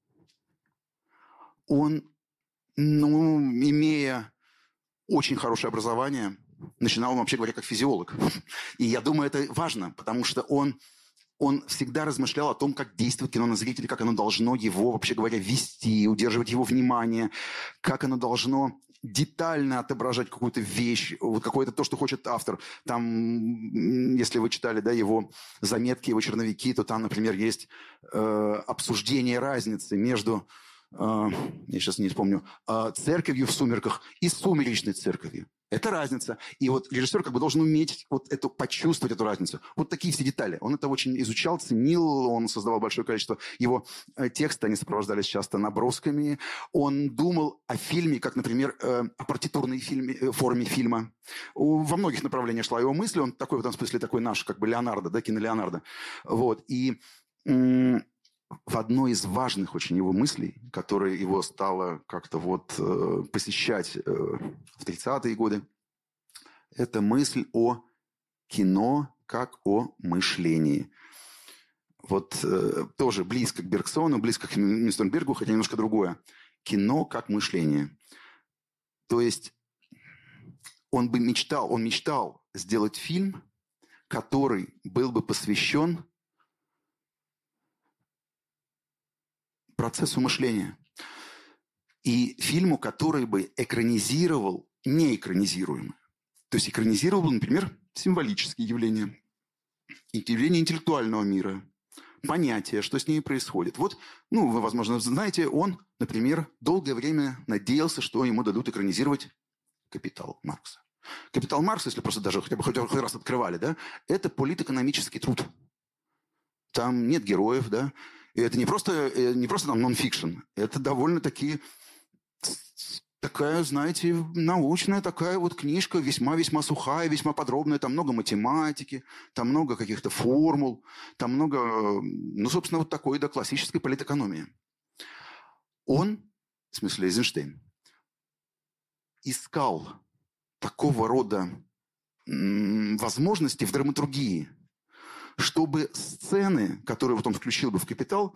он, ну, имея очень хорошее образование, начинал он, вообще говоря, как физиолог. И я думаю, это важно, потому что он, он всегда размышлял о том, как действует кино на зрителя, как оно должно его, вообще говоря, вести, удерживать его внимание, как оно должно детально отображать какую-то вещь, вот какое-то то, что хочет автор. Там, если вы читали, да, его заметки, его черновики, то там, например, есть э, обсуждение разницы между, э, я сейчас не вспомню, э, церковью в сумерках и сумеречной церковью. Это разница. И вот режиссер как бы должен уметь вот эту, почувствовать эту разницу. Вот такие все детали. Он это очень изучал, ценил, он создавал большое количество его э, текста, они сопровождались часто набросками. Он думал о фильме, как, например, э, о партитурной фильме, э, форме фильма. Во многих направлениях шла его мысль. Он такой в этом смысле такой наш, как бы Леонардо, да, кино-Леонардо. Вот. И м- в одной из важных очень его мыслей, которая его стала как-то вот э, посещать э, в тридцатые годы, это мысль о кино как о мышлении. Вот э, тоже близко к Бергсону, близко к Нюрнбергу, хотя немножко другое. Кино как мышление. То есть он бы мечтал, он мечтал сделать фильм, который был бы посвящен процессу мышления. И фильму, который бы экранизировал неэкранизируемое. То есть экранизировал, например, символические явления, явления интеллектуального мира, понятия, что с ними происходит. Вот, ну, вы, возможно, знаете, он, например, долгое время надеялся, что ему дадут экранизировать «Капитал» Маркса. «Капитал» Маркса, если просто даже хотя бы хоть раз открывали, да, это политэкономический труд. Там нет героев, да. И это не просто, не просто там нон-фикшн, это довольно-таки такая, знаете, научная такая вот книжка, весьма-весьма сухая, весьма подробная. Там много математики, там много каких-то формул, там много, ну, собственно, вот такой, да, классической политэкономии. Он, в смысле Эйзенштейн, искал такого рода м- возможности в драматургии, чтобы сцены, которые вот он включил бы в «Капитал»,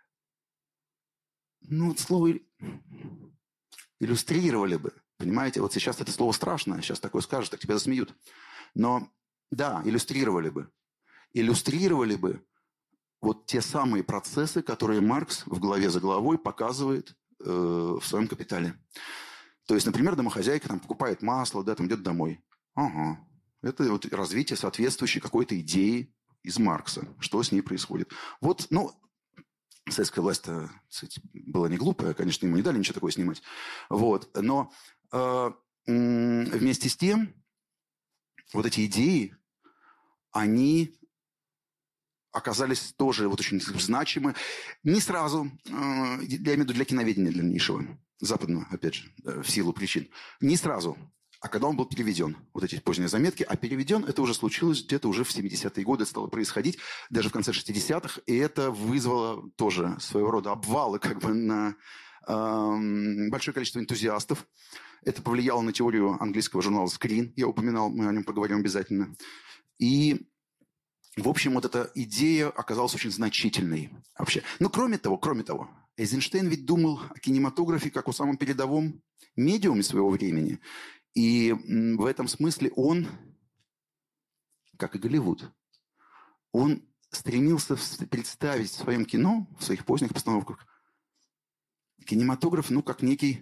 ну, вот слово иллюстрировали бы. Понимаете, вот сейчас это слово страшное, сейчас такое скажешь, так тебя засмеют. Но, да, иллюстрировали бы. Иллюстрировали бы вот те самые процессы, которые Маркс в главе за главой показывает э, в своем «Капитале». То есть, например, домохозяйка там покупает масло, да, там идет домой. Ага. Это вот развитие соответствующей какой-то идеи из Маркса, что с ней происходит. Вот, ну, советская власть, кстати, была не глупая, конечно, ему не дали ничего такое снимать. Вот, но э, вместе с тем, вот эти идеи, они оказались тоже вот очень значимы. Не сразу, э, я имею в виду для киноведения дальнейшего, западного, опять же, в силу причин. Не сразу. А когда он был переведен, вот эти поздние заметки, а переведен, это уже случилось где-то уже в семидесятые годы, стало происходить, даже в конце шестидесятых, и это вызвало тоже своего рода обвалы как бы на э, большое количество энтузиастов. Это повлияло на теорию английского журнала Screen, я упоминал, мы о нем поговорим обязательно. И, в общем, вот эта идея оказалась очень значительной вообще. Но кроме того, кроме того, Эйзенштейн ведь думал о кинематографе как о самом передовом медиуме своего времени. И в этом смысле он, как и Голливуд, он стремился представить в своем кино, в своих поздних постановках, кинематограф, ну, как некий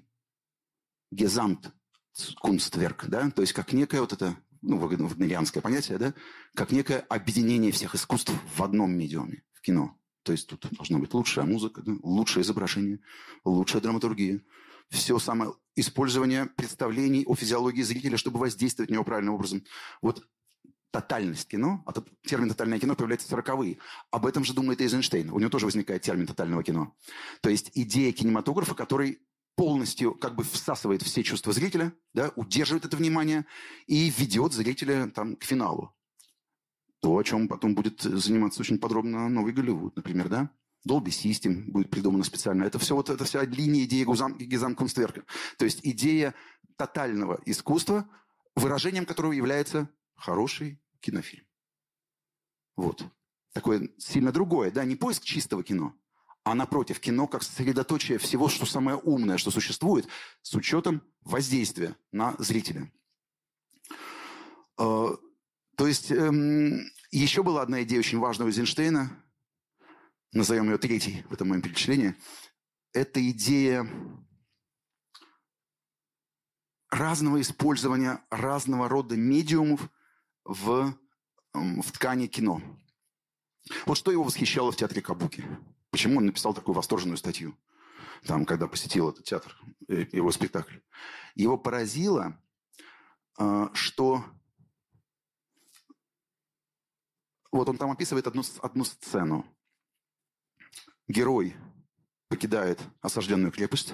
Gesamtkunstwerk, да, то есть как некое вот это, ну, вагнерианское понятие, да, как некое объединение всех искусств в одном медиуме, в кино. То есть тут должна быть лучшая музыка, да, лучшее изображение, лучшая драматургия. Все самое использование представлений о физиологии зрителя, чтобы воздействовать на него правильным образом. Вот тотальность кино, а тут термин «тотальное кино» появляется в сороковые. Об этом же думает Эйзенштейн. У него тоже возникает термин тотального кино. То есть идея кинематографа, который полностью как бы всасывает все чувства зрителя, да, удерживает это внимание и ведет зрителя там, к финалу. То, о чем потом будет заниматься очень подробно новый Голливуд, например, да? Dolby System будет придумано специально. Это все вот это вся линия идеи Гезамткунстверка. То есть идея тотального искусства, выражением которого является хороший кинофильм. Вот. Такое сильно другое, да, не поиск чистого кино, а напротив, кино как сосредоточие всего, что самое умное, что существует, с учетом воздействия на зрителя. То есть эм, еще была одна идея очень важная у Эйзенштейна, назовем ее третьей в этом моем перечислении. Это идея разного использования разного рода медиумов в, в ткани кино. Вот что его восхищало в театре Кабуки. Почему он написал такую восторженную статью, там, когда посетил этот театр, его спектакль. Его поразило, что... Вот он там описывает одну, одну сцену. Герой покидает осажденную крепость.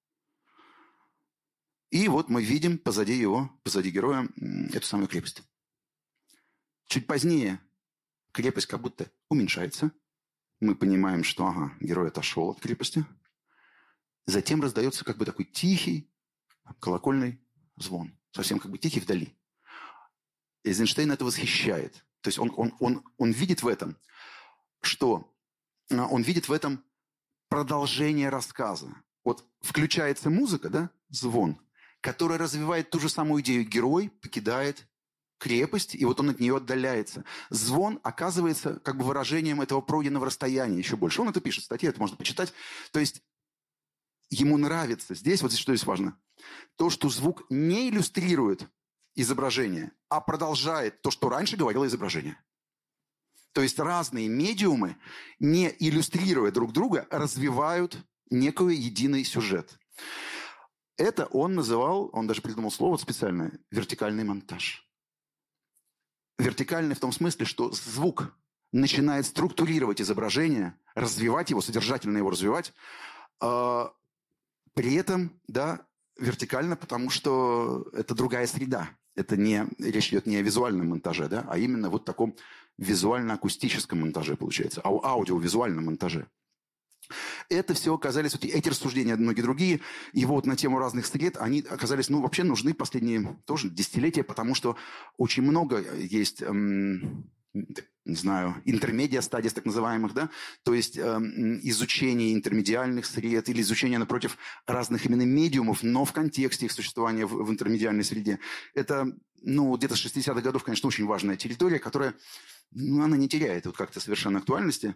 И вот мы видим позади его, позади героя, эту самую крепость. Чуть позднее крепость как будто уменьшается. Мы понимаем, что ага, герой отошел от крепости. Затем раздается как бы такой тихий колокольный звон. Совсем как бы тихий вдали. Эйзенштейн это восхищает. То есть он, он, он, он видит в этом, что он видит в этом продолжение рассказа. Вот включается музыка, да, звон, которая развивает ту же самую идею. Герой покидает крепость, и вот он от нее отдаляется. Звон оказывается как бы выражением этого пройденного расстояния еще больше. Он это пишет в статье, это можно почитать. То есть ему нравится здесь, вот здесь что здесь важно, то, что звук не иллюстрирует изображение, а продолжает то, что раньше говорило изображение. То есть разные медиумы, не иллюстрируя друг друга, развивают некий единый сюжет. Это он называл, он даже придумал слово специальное, вертикальный монтаж. Вертикальный в том смысле, что звук начинает структурировать изображение, развивать его, содержательно его развивать, э, при этом, да, вертикально, потому что это другая среда. Это не, речь идет не о визуальном монтаже, да, а именно вот таком визуально-акустическом монтаже, получается, ау- аудиовизуальном монтаже. Это все оказались, вот эти рассуждения, многие другие, его вот на тему разных сред, они оказались, ну, вообще нужны последние тоже десятилетия, потому что очень много есть, эм, не знаю, интермедиа стадий, так называемых, да, то есть эм, изучение интермедиальных сред или изучение, напротив, разных именно медиумов, но в контексте их существования в, в интермедиальной среде. Это, ну, где-то с шестидесятых годов, конечно, очень важная территория, которая... Ну, она не теряет вот как-то совершенно актуальности.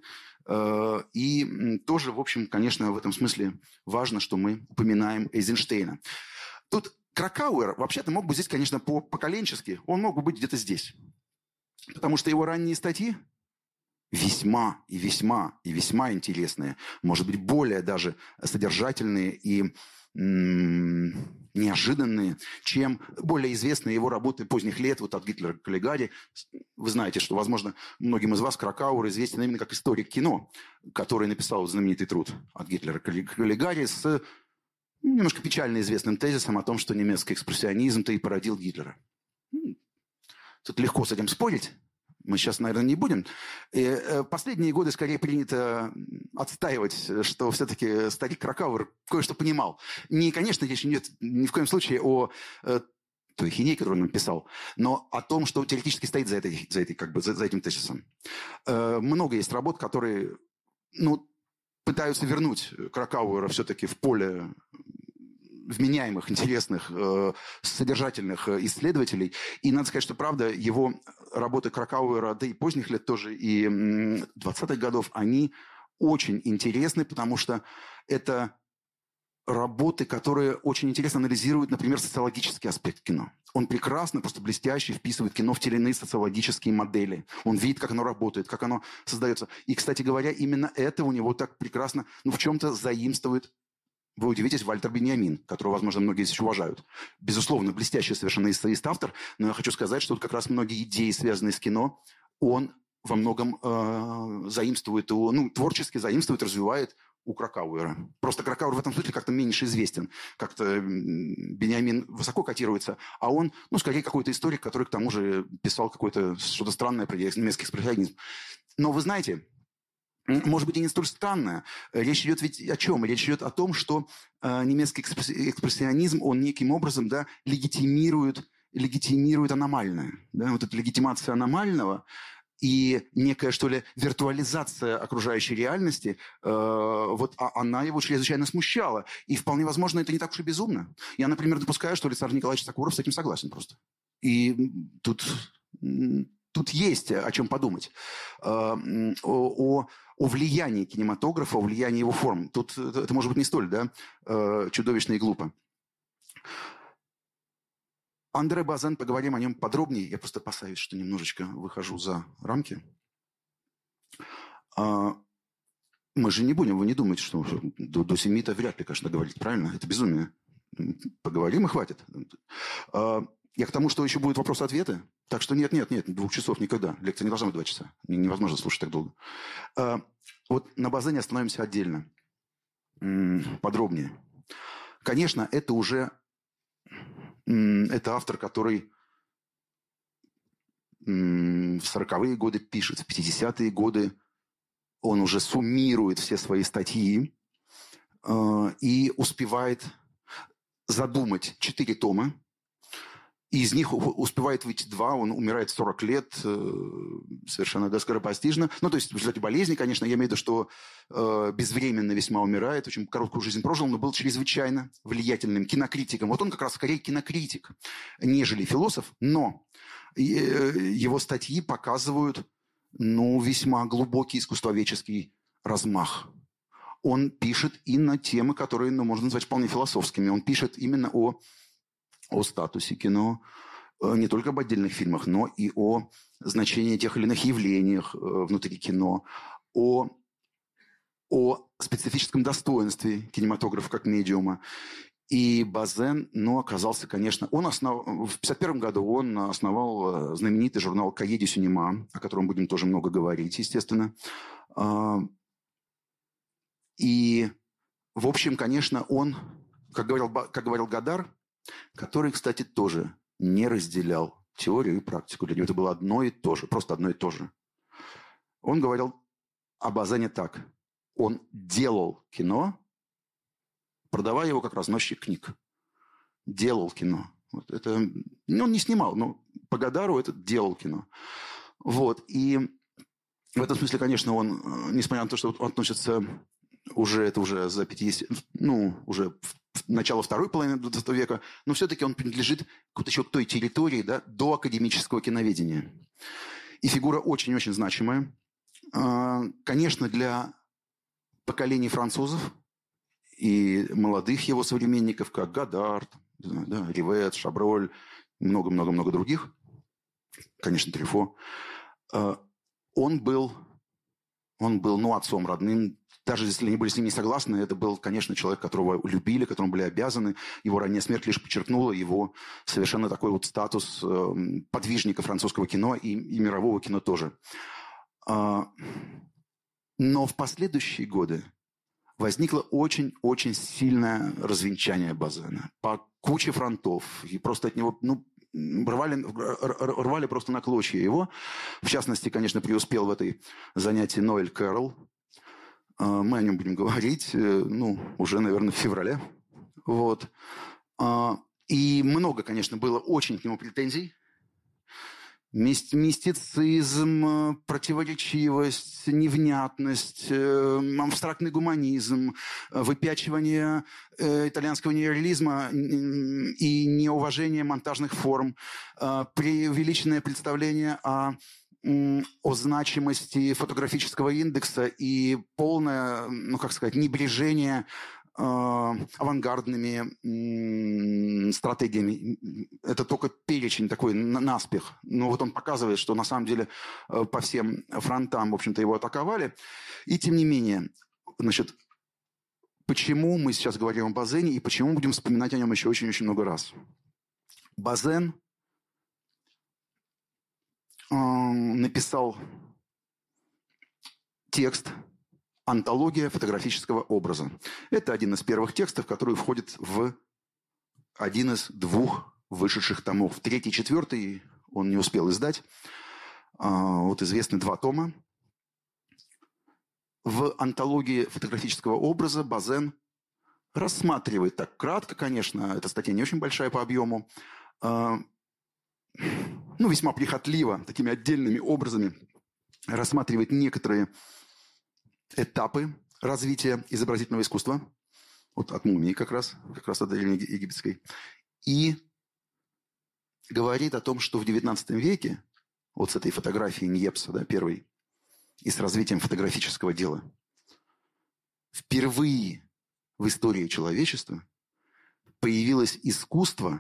И тоже, в общем, конечно, в этом смысле важно, что мы упоминаем Эйзенштейна. Тут Кракауэр вообще-то мог бы здесь, конечно, по-поколенчески, он мог бы быть где-то здесь. Потому что его ранние статьи весьма и весьма и весьма интересные, может быть, более даже содержательные и м- неожиданные, чем более известные его работы поздних лет, вот от Гитлера к Каллигари. Вы знаете, что, возможно, многим из вас Кракауэр известен именно как историк кино, который написал вот знаменитый труд от Гитлера к Каллигари с ну, немножко печально известным тезисом о том, что немецкий экспрессионизм-то и породил Гитлера. Тут легко с этим спорить. Мы сейчас, наверное, не будем. И последние годы скорее принято отстаивать, что все-таки старик Кракауэр кое-что понимал. Не, конечно, речь идет ни в коем случае о той хиней, которую он написал, но о том, что теоретически стоит за, этой, за, этой, как бы, за, за этим тезисом. Много есть работ, которые ну, пытаются вернуть Кракауэра все-таки в поле вменяемых, интересных, э, содержательных исследователей. И надо сказать, что, правда, его работы Кракауэра, да и поздних лет тоже, и двадцатых годов, они очень интересны, потому что это работы, которые очень интересно анализируют, например, социологический аспект кино. Он прекрасно, просто блестяще вписывает кино в те или иные социологические модели. Он видит, как оно работает, как оно создается. И, кстати говоря, именно это у него так прекрасно, ну, в чем-то заимствует. Вы удивитесь, Вальтер Беньямин, которого, возможно, многие здесь уважают. Безусловно, блестящий совершенно эссеист автор, но я хочу сказать, что вот как раз многие идеи, связанные с кино, он во многом э, заимствует его, ну, творчески заимствует, развивает у Кракауэра. Просто Кракауэр в этом смысле как-то меньше известен. Как-то Беньямин высоко котируется, а он, ну, скорее какой-то историк, который к тому же писал какое-то что-то странное про немецкий экспрессионизм. Но вы знаете, может быть, и не столь странное. Речь идет ведь о чем? Речь идет о том, что э, немецкий экспрессионизм, он неким образом, да, легитимирует, легитимирует аномальное. Да? Вот эта легитимация аномального и некая, что ли, виртуализация окружающей реальности, э, вот а, она его чрезвычайно смущала. И вполне возможно, это не так уж и безумно. Я, например, допускаю, что Александр Николаевич Сокуров с этим согласен просто. И тут, тут есть о чем подумать. Э, о, о влиянии кинематографа, о влиянии его форм. Тут это может быть не столь, да, э, чудовищно и глупо. Андре Базен, поговорим о нем подробнее. Я просто опасаюсь, что немножечко выхожу за рамки. А, мы же не будем, вы не думаете, что до, до семи-то вряд ли, конечно, говорить, правильно? Это безумие. Поговорим и хватит. А, я к тому, что еще будут вопросы-ответы. Так что нет, нет, нет, двух часов никогда. Лекция не должна быть два часа. Невозможно слушать так долго. А, вот на Базене остановимся отдельно. М-м, подробнее. Конечно, это уже... Это автор, который в сороковые годы пишет, в пятидесятые годы он уже суммирует все свои статьи э, и успевает задумать четыре тома. Из них успевает выйти два, он умирает в сорок лет, э, совершенно да, скоропостижно. Ну, то есть в результате болезни, конечно, я имею в виду, что э, безвременно весьма умирает, очень короткую жизнь прожил, но был чрезвычайно влиятельным кинокритиком. Вот он как раз скорее кинокритик, нежели философ, но э, его статьи показывают, ну, весьма глубокий искусствоведческий размах. Он пишет и на темы, которые, ну, можно назвать вполне философскими. Он пишет именно о... о статусе кино, не только об отдельных фильмах, но и о значении тех или иных явлениях внутри кино, о, о специфическом достоинстве кинематографа как медиума. И Базен, ну, оказался, конечно... Он основ... В пятьдесят первом году он основал знаменитый журнал «Каhiers du cinéma», о котором будем тоже много говорить, естественно. И, в общем, конечно, он, как говорил, как говорил Годар, который, кстати, тоже не разделял теорию и практику. Для него это было одно и то же, просто одно и то же. Он говорил о Базене так. Он делал кино, продавая его как разносчик книг. Делал кино. Вот это, ну, он не снимал, но по Годару это делал кино. Вот. И в этом смысле, конечно, он, несмотря на то, что он относится уже, это уже за пятьдесят, ну, уже в начало второй половины двадцатого века, но все-таки он принадлежит к, еще к той территории, да, до академического киноведения. И фигура очень-очень значимая. Конечно, для поколений французов и молодых его современников, как Годар, да, Ривет, Шаброль, много-много-много других, конечно, Трюфо, он был, он был, ну, отцом родным. Даже если они были с ним не согласны, это был, конечно, человек, которого любили, которому были обязаны. Его ранняя смерть лишь подчеркнула его совершенно такой вот статус э, подвижника французского кино и, и мирового кино тоже. А, но в последующие годы возникло очень-очень сильное развенчание Базена по куче фронтов. И просто от него, ну, рвали, рвали просто на клочья его. В частности, конечно, преуспел в этой занятии Ноэль Кэрролл. Мы о нем будем говорить, ну, уже, наверное, в феврале. Вот. И много, конечно, было очень к нему претензий. Мистицизм, противоречивость, невнятность, абстрактный гуманизм, выпячивание итальянского неореализма и неуважение монтажных форм, преувеличенное представление о о значимости фотографического индекса и полное, ну, как сказать, небрежение авангардными стратегиями. Это только перечень такой наспех. Но вот он показывает, что на самом деле по всем фронтам, в общем-то, его атаковали. И тем не менее, значит, почему мы сейчас говорим о Базене и почему будем вспоминать о нем еще очень-очень много раз? Базен написал текст «Антология фотографического образа». Это один из первых текстов, который входит в один из двух вышедших томов. Третий, четвертый он не успел издать. Вот известны два тома. В «Антологии фотографического образа» Базен рассматривает, так кратко, конечно, эта статья не очень большая по объему, ну, весьма прихотливо, такими отдельными образами рассматривает некоторые этапы развития изобразительного искусства, вот от мумии как раз, как раз от древнеегипетской, и говорит о том, что в девятнадцатом веке, вот с этой фотографией Ньепса, да, первой, и с развитием фотографического дела, впервые в истории человечества появилось искусство,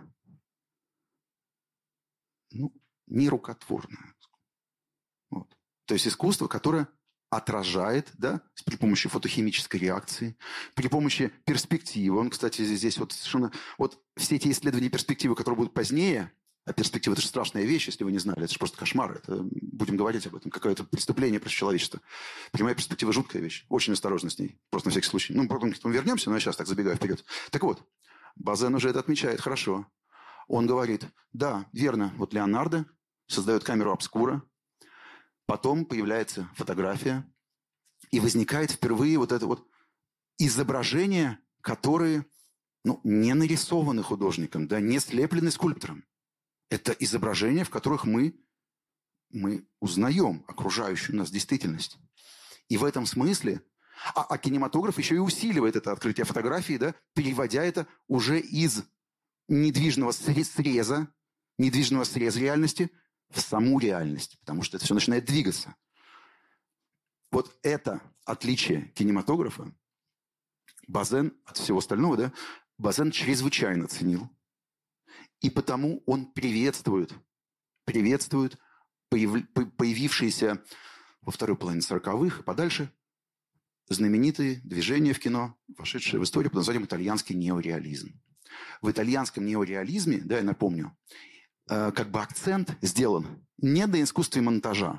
ну, нерукотворное. Вот. То есть искусство, которое отражает, да, при помощи фотохимической реакции, при помощи перспективы. Он, кстати, здесь вот совершенно... Вот все эти исследования перспективы, которые будут позднее, а перспектива – это же страшная вещь, если вы не знали, это же просто кошмар. Это, будем говорить об этом, какое-то преступление против человечества. Прямая перспектива – жуткая вещь. Очень осторожно с ней, просто на всякий случай. Ну, потом к этому вернемся, но я сейчас так забегаю вперед. Так вот, Базен уже это отмечает хорошо. Он говорит, да, верно, вот Леонардо создает камеру обскура, потом появляется фотография, и возникает впервые вот это вот изображение, которые, ну, не нарисованы художником, да, не слеплены скульптором. Это изображения, в которых мы, мы узнаем окружающую нас действительность. И в этом смысле... А, а кинематограф еще и усиливает это открытие фотографии, да, переводя это уже из недвижного среза, недвижного среза реальности в саму реальность, потому что это все начинает двигаться. Вот это отличие кинематографа Базен от всего остального, да, Базен чрезвычайно ценил. И потому он приветствует, приветствует появ, появившиеся во второй половине сороковых, подальше, знаменитые движения в кино, вошедшие в историю под названием итальянский неореализм. В итальянском неореализме, да, я напомню, э, как бы акцент сделан не на искусстве монтажа,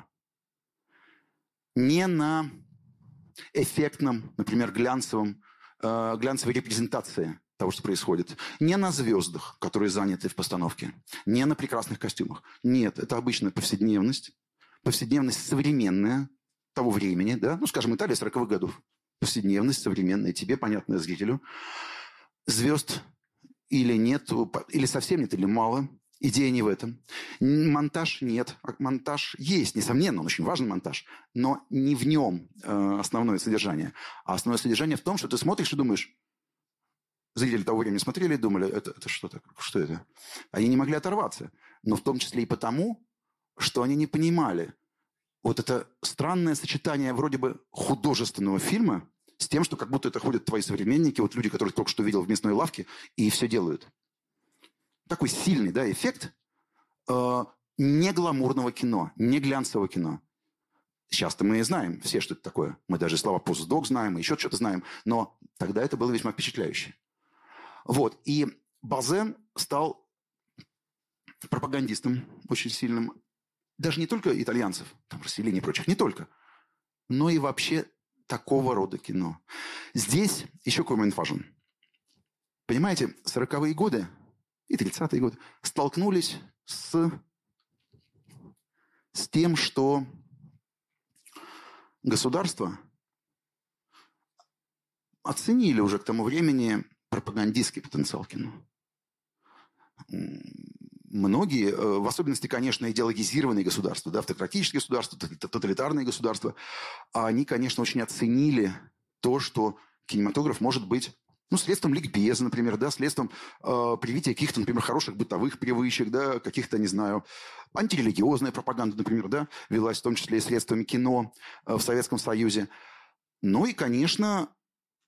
не на эффектном, например, глянцевом, э, глянцевой репрезентации того, что происходит. Не на звездах, которые заняты в постановке. Не на прекрасных костюмах. Нет, это обычная повседневность. Повседневность современная того времени, да, ну, скажем, Италия сороковых годов. Повседневность современная, тебе, понятная зрителю. Звезд или нет, или совсем нет, или мало. Идея не в этом. Монтаж нет. Монтаж есть, несомненно, он очень важный монтаж, но не в нем э, основное содержание. А основное содержание в том, что ты смотришь и думаешь, зрители того времени смотрели и думали, это, это что такое, что это? Они не могли оторваться. Но в том числе и потому, что они не понимали вот это странное сочетание вроде бы художественного фильма с тем, что как будто это ходят твои современники, вот люди, которых только что видел в мясной лавке, и все делают. Такой сильный, да, эффект э, не гламурного кино, не глянцевого кино. Сейчас-то мы и знаем все, что это такое. Мы даже слова постдок знаем, и еще что-то знаем. Но тогда это было весьма впечатляюще. Вот. И Базен стал пропагандистом очень сильным. Даже не только итальянцев, там, расселений и прочих, не только. Но и вообще такого рода кино. Здесь еще какой момент важен. Понимаете, сороковые годы и тридцатые годы столкнулись с, с тем, что государства оценили уже к тому времени пропагандистский потенциал кино. Многие, в особенности, конечно, идеологизированные государства, да, автократические государства, тоталитарные государства, они, конечно, очень оценили то, что кинематограф может быть, ну, средством ликбеза, например, да, средством э, привития каких-то, например, хороших бытовых привычек, да, каких-то, не знаю, антирелигиозная пропаганда, например, да, велась в том числе и средствами кино э, в Советском Союзе. Ну и, конечно,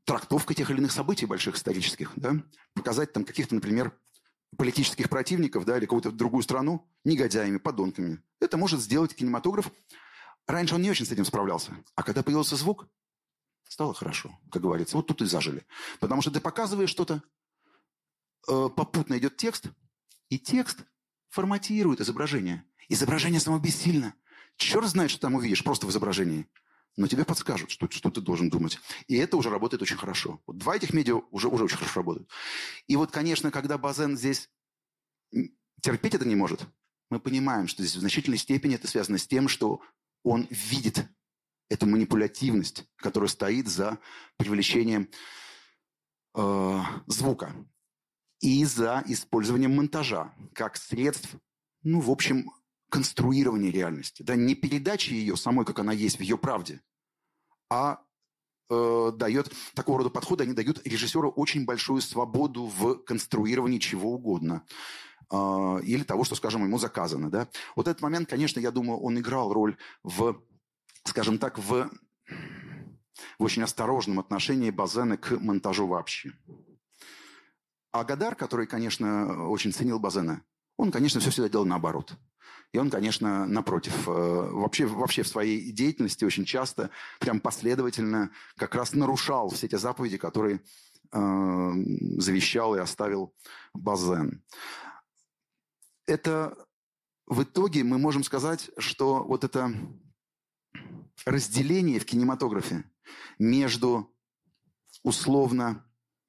трактовка тех или иных событий больших исторических, да, показать там каких-то, например, политических противников, да, или какую-то другую страну негодяями, подонками. Это может сделать кинематограф. Раньше он не очень с этим справлялся. А когда появился звук, стало хорошо, как говорится. Вот тут и зажили. Потому что ты показываешь что-то, э, попутно идет текст, и текст форматирует изображение. Изображение само бессильно. Черт знает, что там увидишь просто в изображении. Но тебе подскажут, что, что ты должен думать. И это уже работает очень хорошо. Вот два этих медиа уже, уже очень хорошо работают. И вот, конечно, когда Базен здесь терпеть это не может, мы понимаем, что здесь в значительной степени это связано с тем, что он видит эту манипулятивность, которая стоит за привлечением э, звука и за использованием монтажа как средств, ну, в общем, конструирования реальности. Да, не передачи ее самой, как она есть в ее правде, а э, дает такого рода подходы, они дают режиссеру очень большую свободу в конструировании чего угодно. Э, или того, что, скажем, ему заказано. Да? Вот этот момент, конечно, я думаю, он играл роль в, скажем так, в, в очень осторожном отношении Базена к монтажу вообще. А Годар, который, конечно, очень ценил Базена, он, конечно, все всегда делал наоборот. И он, конечно, напротив, вообще, вообще в своей деятельности очень часто, прям последовательно как раз нарушал все те заповеди, которые э, завещал и оставил Базен. Это в итоге мы можем сказать, что вот это разделение в кинематографе между условно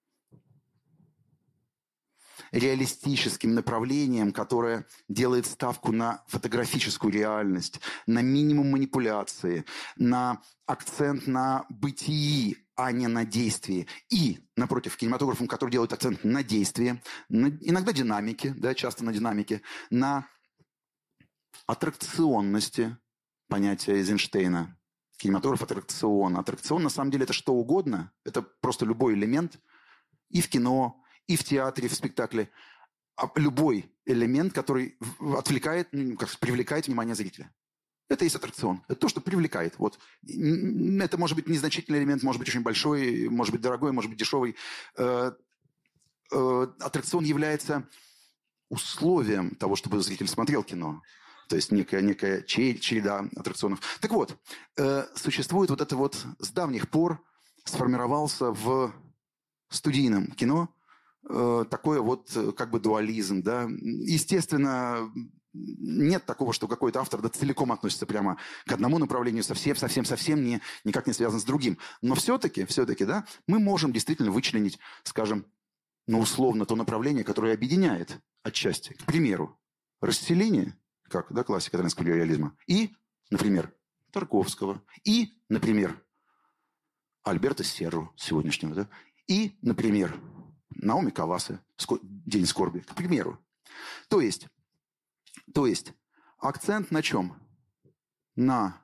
реалистическим направлением, которое делает ставку на фотографическую реальность, на минимум манипуляции, на акцент на бытии, а не на действии. И, напротив, кинематографом, который делает акцент на действии, на, иногда динамике, да, часто на динамике, на аттракционности, понятие Эйзенштейна. Кинематограф аттракцион. Аттракцион, на самом деле, это что угодно. Это просто любой элемент и в кино, и в театре, и в спектакле. Любой элемент, который отвлекает, как привлекает внимание зрителя. Это и есть аттракцион. Это то, что привлекает. Вот. Это может быть незначительный элемент, может быть очень большой, может быть дорогой, может быть дешевый. Аттракцион является условием того, чтобы зритель смотрел кино. То есть некая, некая череда аттракционов. Так вот, существует вот это вот с давних пор сформировался в студийном кино такой вот как бы дуализм, да. Естественно, нет такого, что какой-то автор да, целиком относится прямо к одному направлению, совсем, совсем, совсем не, никак не связан с другим. Но все-таки, все-таки, да, мы можем действительно вычленить, скажем, ну, условно, то направление, которое объединяет отчасти. К примеру, «Расселение», как, да, классика итальянского реализма, и, например, Тарковского, и, например, Альберто Серру сегодняшнего, да, и, например, Наоми Кавасы, «День скорби», к примеру. То есть, то есть акцент на чем? На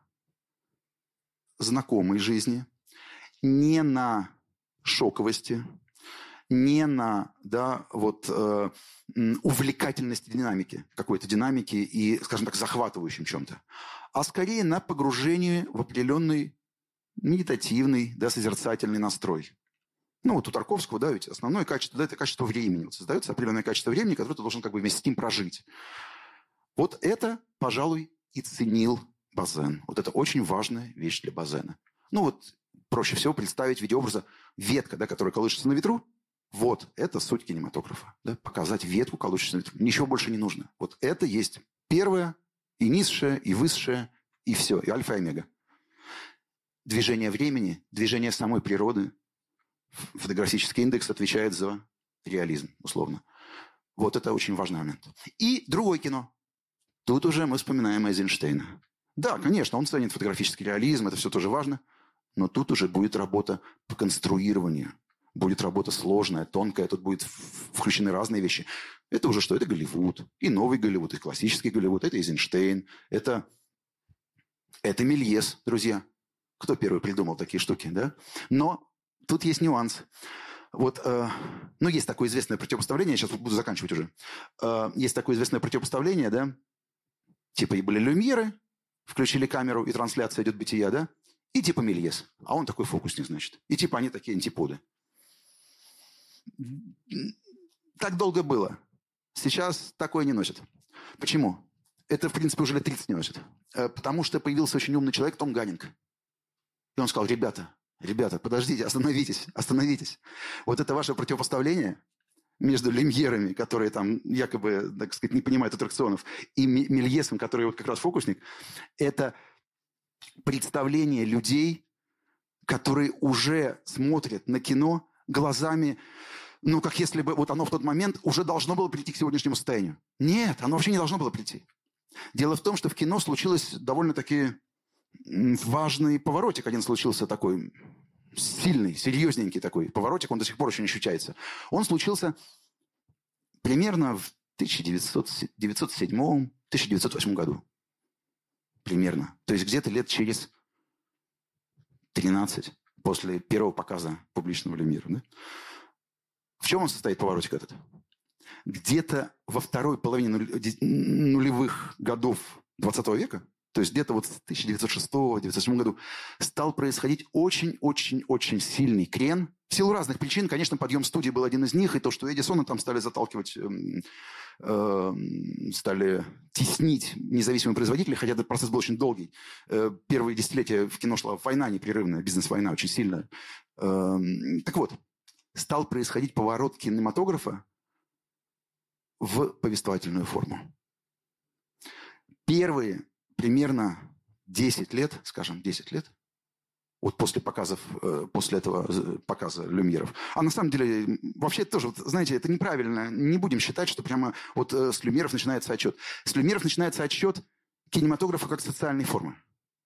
знакомой жизни, не на шоковости, не на да, вот, э, увлекательности динамики, какой-то динамики и, скажем так, захватывающем чем-то, а скорее на погружении в определенный медитативный, да, созерцательный настрой. Ну, вот у Тарковского, да, ведь основное качество, да, это качество времени. Вот создается определенное качество времени, которое ты должен как бы вместе с ним прожить. Вот это, пожалуй, и ценил Базен. Вот это очень важная вещь для Базена. Ну, вот проще всего представить в виде образа ветка, да, которая колышется на ветру. Вот, это суть кинематографа. Да, показать ветку, колышущуюся на ветру. Ничего больше не нужно. Вот это есть первое, и низшее, и высшее, и все, и альфа, и омега. Движение времени, движение самой природы. Фотографический индекс отвечает за реализм, условно. Вот это очень важный момент. И другое кино. Тут уже мы вспоминаем Эйзенштейна. Да, конечно, он ценит фотографический реализм, это все тоже важно. Но тут уже будет работа по конструированию. Будет работа сложная, тонкая. Тут будут включены разные вещи. Это уже что? Это Голливуд. И новый Голливуд, и классический Голливуд. Это Эйзенштейн. Это, это Мельес, друзья. Кто первый придумал такие штуки, да? Но тут есть нюанс. Вот, э, ну, есть такое известное противопоставление, я сейчас буду заканчивать уже. Э, есть такое известное противопоставление, да? Типа и были люмьеры, включили камеру, и трансляция идет бытия, да? И типа Мельес. А он такой фокусник, значит. И типа они такие антиподы. Так долго было. Сейчас такое не носят. Почему? Это, в принципе, уже лет тридцать не носят. Потому что появился очень умный человек, Том Ганнинг. И он сказал: ребята, ребята, подождите, остановитесь, остановитесь. Вот это ваше противопоставление между Люмьерами, которые там якобы, так сказать, не понимают аттракционов, и Мельесом, который вот как раз фокусник, это представление людей, которые уже смотрят на кино глазами, ну, как если бы вот оно в тот момент уже должно было прийти к сегодняшнему состоянию. Нет, оно вообще не должно было прийти. Дело в том, что в кино случилось довольно-таки важный поворотик. Один случился такой сильный, серьезненький такой поворотик, он до сих пор еще не ощущается. Он случился примерно в тысяча девятьсот седьмом — тысяча девятьсот восьмом году. Примерно. То есть где-то лет через тринадцать после первого показа публичного Люмьера. Да? В чем он состоит, поворотик этот? Где-то во второй половине нулевых годов двадцатого века, то есть где-то вот в тысяча девятьсот шестом — девятьсот седьмом году, стал происходить очень-очень-очень сильный крен. В силу разных причин, конечно, подъем студии был один из них, и то, что Эдисона там стали заталкивать, э, э, стали теснить независимые производители, хотя этот процесс был очень долгий. Э, первые десятилетия в кино шла война непрерывная, бизнес-война очень сильная. Э, так вот, стал происходить поворот кинематографа в повествовательную форму. Первые примерно десять лет, скажем, десять лет, вот после показов, после этого показа Люмьеров. А на самом деле, вообще тоже, вот, знаете, это неправильно. Не будем считать, что прямо вот с Люмьеров начинается отчет. С Люмьеров начинается отчет кинематографа как социальной формы.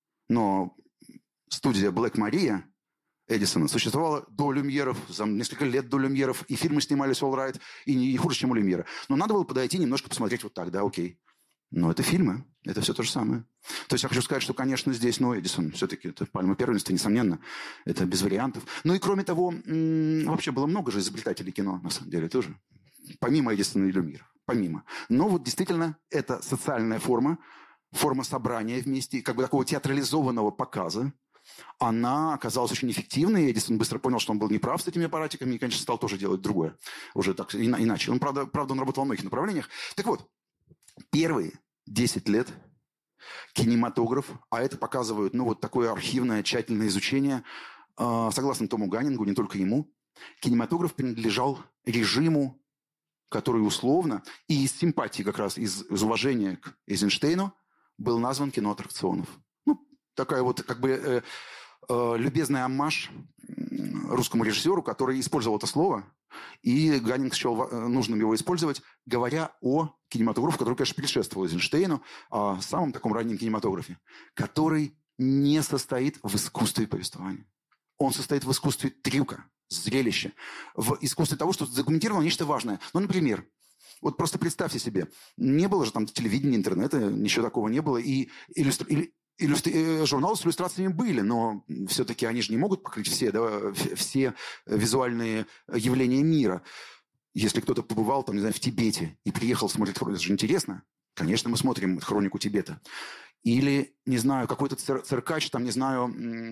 Но студия Black Maria Эдисона существовала до Люмьеров, за несколько лет до Люмьеров, и фильмы снимались all right, и не хуже, чем у Люмьера. Но надо было подойти немножко посмотреть вот так, да, окей. Но это фильмы, это все то же самое. То есть я хочу сказать, что, конечно, здесь, ну, Эдисон все-таки это пальма первенства, несомненно, это без вариантов. Ну и кроме того, вообще было много же изобретателей кино, на самом деле, тоже. Помимо Эдисона и Люмьера, помимо. Но вот действительно это социальная форма, форма собрания вместе, как бы такого театрализованного показа. Она оказалась очень эффективной. Эдисон быстро понял, что он был неправ с этими аппаратиками, и, конечно, стал тоже делать другое. Уже так иначе. Он, правда, правда, он работал во многих направлениях. Так вот, первые десять лет кинематограф, а это показывают, ну, вот такое архивное, тщательное изучение, э, согласно Тому Ганнингу, не только ему, кинематограф принадлежал режиму, который условно, и из симпатии как раз, из, из уважения к Эйзенштейну, был назван кино аттракционов. Ну, такая вот, как бы, э, э, любезный оммаж русскому режиссеру, который использовал это слово, и Ганнинг счел нужным его использовать, говоря о кинематографе, который, конечно, предшествовал Эйзенштейну, о самом таком раннем кинематографе, который не состоит в искусстве повествования. Он состоит в искусстве трюка, зрелища, в искусстве того, что задокументировано нечто важное. Ну, например, вот просто представьте себе, не было же там телевидения, интернета, ничего такого не было, и иллюстр... Иллюстр... журналы с иллюстрациями были, но все-таки они же не могут покрыть все, да, все визуальные явления мира. Если кто-то побывал, там, не знаю, в Тибете и приехал смотреть хронику, это же интересно. Конечно, мы смотрим хронику Тибета. Или, не знаю, какой-то цир- циркач, там, не знаю,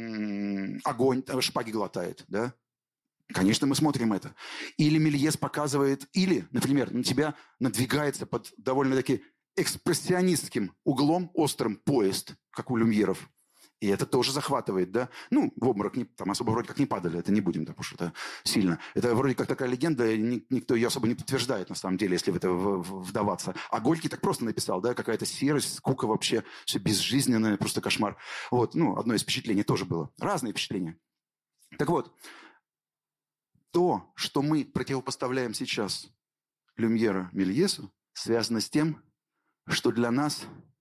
м- огонь, шпаги глотает, да? Конечно, мы смотрим это. Или Мельес показывает, или, например, на тебя надвигается под довольно-таки экспрессионистским углом острым поезд, как у Люмьеров. И это тоже захватывает, да? Ну, в обморок не, там особо вроде как не падали, это не будем, потому что это сильно. Это вроде как такая легенда, никто ее особо не подтверждает, на самом деле, если в это вдаваться. А Горький так просто написал, да, какая-то серость, скука вообще, все безжизненное, просто кошмар. Вот, ну, одно из впечатлений тоже было. Разные впечатления. Так вот, то, что мы противопоставляем сейчас Люмьера Мельесу, связано с тем, что для нас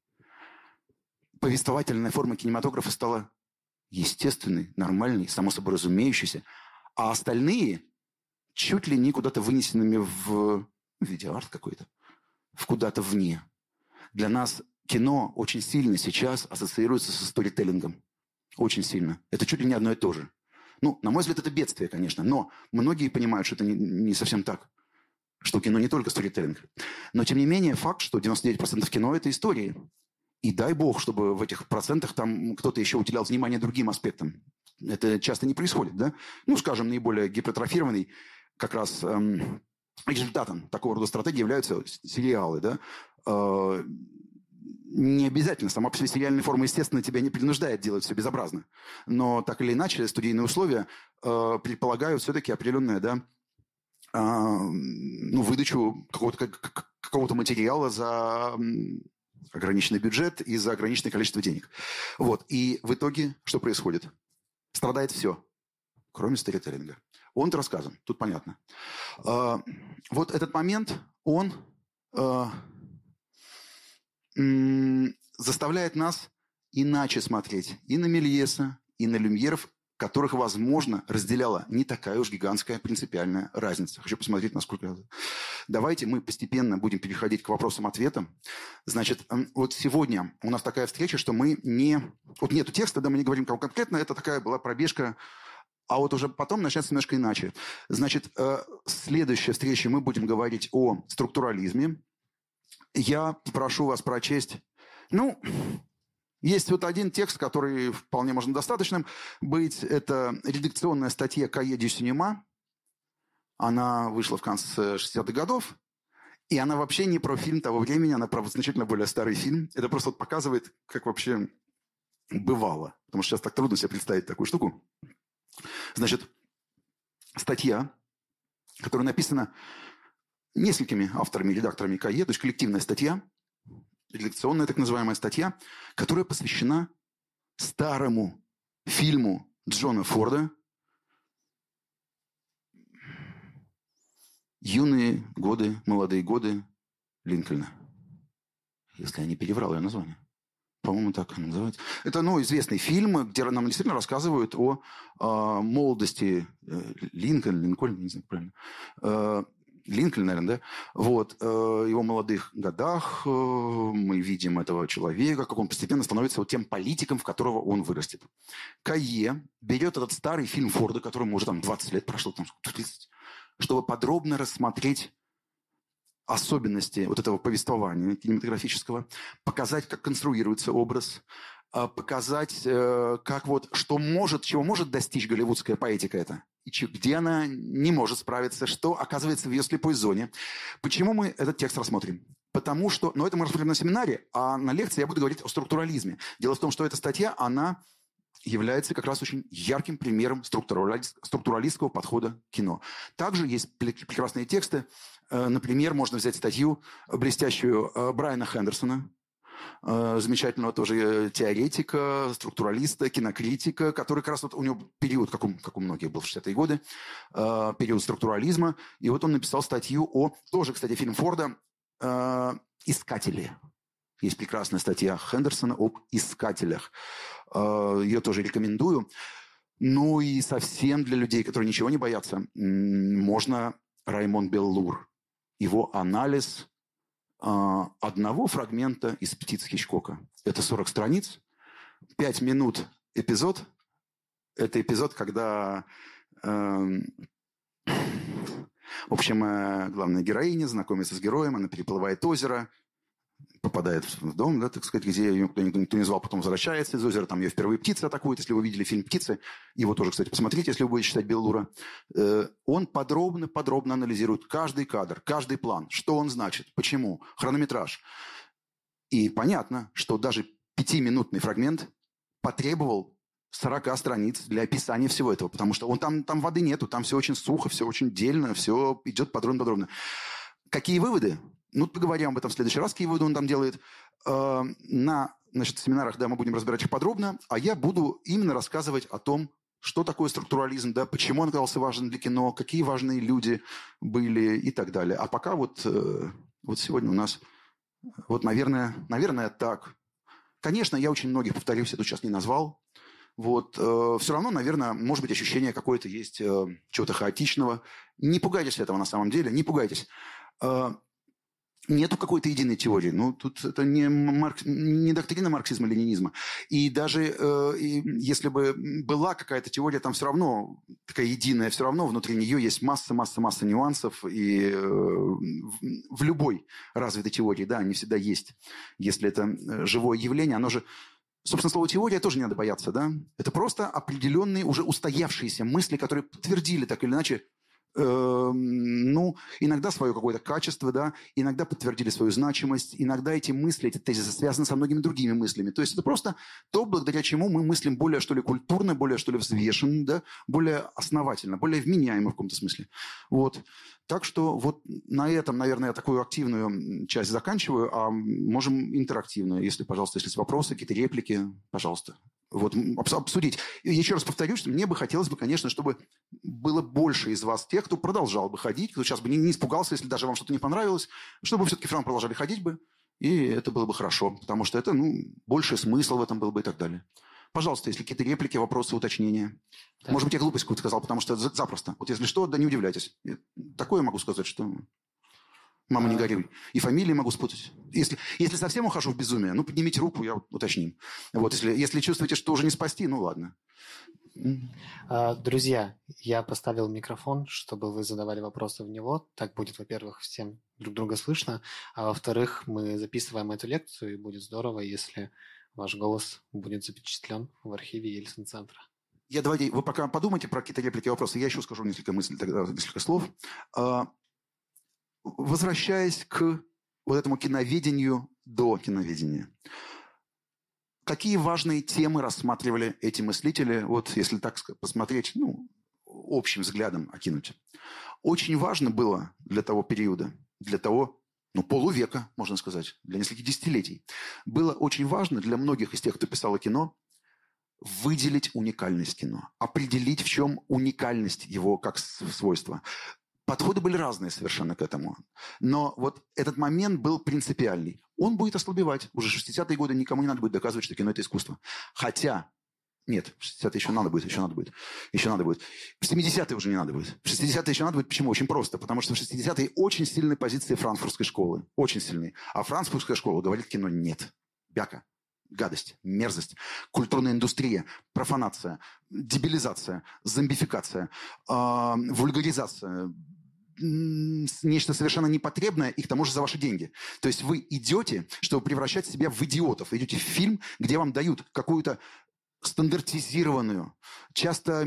повествовательная форма кинематографа стала естественной, нормальной, само собой разумеющейся, а остальные чуть ли не куда-то вынесенными в, в видеоарт какой-то, в куда-то вне. Для нас кино очень сильно сейчас ассоциируется со сторителлингом. Очень сильно. Это чуть ли не одно и то же. Ну, на мой взгляд, это бедствие, конечно, но многие понимают, что это не, не совсем так. Что кино не только сторителлинг. Но, тем не менее, факт, что девяносто девять процентов кино – это истории. И дай бог, чтобы в этих процентах там кто-то еще уделял внимание другим аспектам. Это часто не происходит, да? Ну, скажем, наиболее гипертрофированный как раз эм, результатом такого рода стратегии являются сериалы, да? Э, не обязательно. Сама по себе сериальная форма, естественно, тебя не принуждает делать все безобразно. Но так или иначе, студийные условия э, предполагают все-таки определенное, да, э, ну, выдачу какого-то, какого-то материала за ограниченный бюджет и за ограниченное количество денег. Вот. И в итоге что происходит? Страдает все, кроме сторителлинга. Он-то рассказан, тут понятно. Э, вот этот момент, он... Э, заставляет нас иначе смотреть и на Мельеса, и на Люмьеров, которых, возможно, разделяла не такая уж гигантская принципиальная разница. Хочу посмотреть, насколько... Давайте мы постепенно будем переходить к вопросам-ответам. Значит, вот сегодня у нас такая встреча, что мы не... Вот нету текста, да, мы не говорим кого конкретно, это такая была пробежка, а вот уже потом начнется немножко иначе. Значит, следующая встреча мы будем говорить о структурализме. Я прошу вас прочесть, ну, есть вот один текст, который вполне можно достаточным быть. Это редакционная статья «Кайе дю синема». Она вышла в конце шестидесятых годов. И она вообще не про фильм того времени, она про значительно более старый фильм. Это просто вот показывает, как вообще бывало. Потому что сейчас так трудно себе представить такую штуку. Значит, статья, которая написана... несколькими авторами и редакторами Кайе, то есть коллективная статья, редакционная так называемая статья, которая посвящена старому фильму Джона Форда «Юные годы, молодые годы Линкольна». Если я не переврал ее название. По-моему, так она называется. Это, ну, известный фильм, где нам действительно рассказывают о, о молодости э, Линкольна, Линкольна, не знаю, правильно, э, Линкольн, наверное, да? Вот, э, его молодых годах э, мы видим этого человека, как он постепенно становится вот тем политиком, в которого он вырастет. Кайе берет этот старый фильм Форда, которому уже там двадцать лет прошло, там, тридцать, чтобы подробно рассмотреть особенности вот этого повествования кинематографического, показать, как конструируется образ, показать, как вот, что может, чего может достичь голливудская поэтика эта, и где она не может справиться, что оказывается в ее слепой зоне. Почему мы этот текст рассмотрим? Потому что, ну, это мы рассмотрим на семинаре, а на лекции я буду говорить о структурализме. Дело в том, что эта статья, она является как раз очень ярким примером структуралистского подхода к кино. Также есть прекрасные тексты. Например, можно взять статью блестящую Брайана Хендерсона, замечательного тоже теоретика, структуралиста, кинокритика, который как раз вот у него период, как у, как у многих был в шестидесятые годы, период структурализма. И вот он написал статью о, тоже, кстати, фильм Форда «Искатели». Есть прекрасная статья Хендерсона об искателях. Ее тоже рекомендую. Ну и совсем для людей, которые ничего не боятся, можно Раймон Беллур. Его анализ одного фрагмента из «Птиц Хичкока». Это сорок страниц, пять минут эпизод. Это эпизод, когда, э, в общем, э, главная героиня знакомится с героем, она переплывает озеро, попадает в дом, да, так сказать, где ее никто, никто не звал, потом возвращается из озера, там ее впервые птицы атакуют. Если вы видели фильм «Птицы», его тоже, кстати, посмотрите, если вы будете читать Беллура. Э, он подробно-подробно анализирует каждый кадр, каждый план, что он значит, почему, хронометраж. И понятно, что даже пятиминутный фрагмент потребовал сорок страниц для описания всего этого, потому что он, там, там воды нету, там все очень сухо, все очень дельно, все идет подробно-подробно. Какие выводы? Ну, поговорим об этом в следующий раз, какие выводы он там делает. Э, на, значит, семинарах, да, мы будем разбирать их подробно, а я буду именно рассказывать о том, что такое структурализм, да, почему он оказался важен для кино, какие важные люди были и так далее. А пока вот, э, вот сегодня у нас, вот, наверное, наверное, так. Конечно, я очень многих, повторюсь, я тут сейчас не назвал. Вот, э, все равно, наверное, может быть, ощущение какое-то есть э, чего-то хаотичного. Не пугайтесь этого на самом деле, не пугайтесь. Э, Нету какой-то единой теории. Ну, тут это не, марк... не доктрина марксизма-ленинизма. И даже э, и если бы была какая-то теория, там все равно такая единая, все равно внутри нее есть масса-масса-масса нюансов. И э, в, в любой развитой теории, да, они всегда есть. Если это живое явление, оно же... Собственно, слово «теория» тоже не надо бояться, да? Это просто определенные уже устоявшиеся мысли, которые подтвердили так или иначе ну, иногда свое какое-то качество, да, иногда подтвердили свою значимость, иногда эти мысли, эти тезисы связаны со многими другими мыслями. То есть это просто то, благодаря чему мы мыслим более, что ли, культурно, более, что ли, взвешенно, да, более основательно, более вменяемо в каком-то смысле. Вот. Так что вот на этом, наверное, я такую активную часть заканчиваю, а можем интерактивную. Если, пожалуйста, если есть вопросы, какие-то реплики, пожалуйста. Вот, обсудить. И еще раз повторюсь, что мне бы хотелось бы, конечно, чтобы было больше из вас тех, кто продолжал бы ходить, кто сейчас бы не, не испугался, если даже вам что-то не понравилось, чтобы все-таки все равно продолжали ходить бы, и это было бы хорошо, потому что это, ну, больше смысл в этом был бы и так далее. Пожалуйста, если какие-то реплики, вопросы, уточнения. Да. Может быть, я глупость какую-то сказал, потому что запросто. Вот если что, да не удивляйтесь. Такое могу сказать, что... Мама, не горюй. И фамилии могу спутать. Если, если совсем ухожу в безумие, ну, поднимите руку, я уточним. Вот, если, если чувствуете, что уже не спасти, ну, ладно. Друзья, я поставил микрофон, чтобы вы задавали вопросы в него. Так будет, во-первых, всем друг друга слышно, а во-вторых, мы записываем эту лекцию, и будет здорово, если ваш голос будет запечатлен в архиве Ельцин-центра. Я, давайте, вы пока подумайте про какие-то реплики, вопросы. Я еще скажу несколько мыслей, тогда несколько слов. Возвращаясь к вот этому киноведению до киноведения. Какие важные темы рассматривали эти мыслители, вот если так посмотреть, ну, общим взглядом окинуть. Очень важно было для того периода, для того, ну, полувека, можно сказать, для нескольких десятилетий, было очень важно для многих из тех, кто писал о кино, выделить уникальность кино, определить, в чем уникальность его как свойства. Подходы были разные совершенно к этому. Но вот этот момент был принципиальный. Он будет ослабевать. Уже в шестидесятые годы никому не надо будет доказывать, что кино – это искусство. Хотя, нет, в шестидесятые еще надо будет, еще надо будет, еще надо будет. В семидесятые уже не надо будет. В шестидесятые еще надо будет. Почему? Очень просто. Потому что в шестидесятые очень сильные позиции франкфуртской школы. Очень сильные. А франкфуртская школа говорит, кино нет. Бяка. Гадость, мерзость, культурная индустрия, профанация, дебилизация, зомбификация, э, вульгаризация, нечто совершенно непотребное и к тому же за ваши деньги. То есть вы идете, чтобы превращать себя в идиотов. Вы идете в фильм, где вам дают какую-то стандартизированную, часто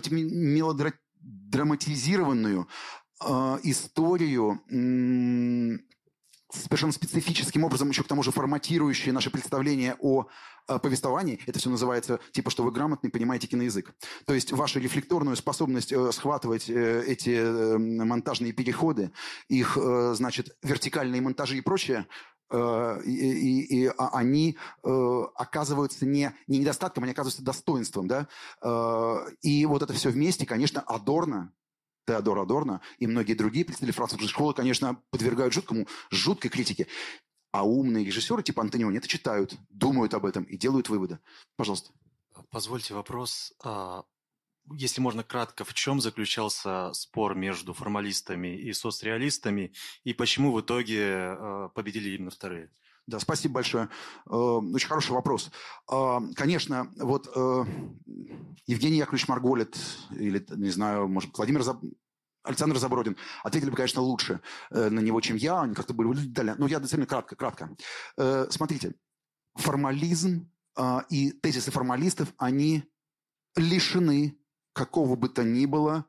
мелодраматизированную э, историю, э, совершенно специфическим образом, еще к тому же форматирующие наши представления о, о повествовании. Это все называется, типа, что вы грамотный, понимаете киноязык. То есть ваша рефлекторную способность э, схватывать э, эти э, монтажные переходы, их, э, значит, вертикальные монтажи и прочее, э, и, и, и они э, оказываются не, не недостатком, они оказываются достоинством. Да? Э, и вот это все вместе, конечно, Адорно, Теодор Адорно и многие другие представители французской школы, конечно, подвергают жуткому, жуткой критике. А умные режиссеры типа Антониони это читают, думают об этом и делают выводы. Пожалуйста. Позвольте вопрос. Если можно кратко, в чем заключался спор между формалистами и соцреалистами, и почему в итоге победили именно вторые? Да, спасибо большое. Очень хороший вопрос. Конечно, вот Евгений Яковлевич Марголит или, не знаю, может быть, Владимир Заб... Александр Забродин ответили бы, конечно, лучше на него, чем я. Они как-то были детально. Но я действительно кратко, кратко. Смотрите, формализм и тезисы формалистов, они лишены какого бы то ни было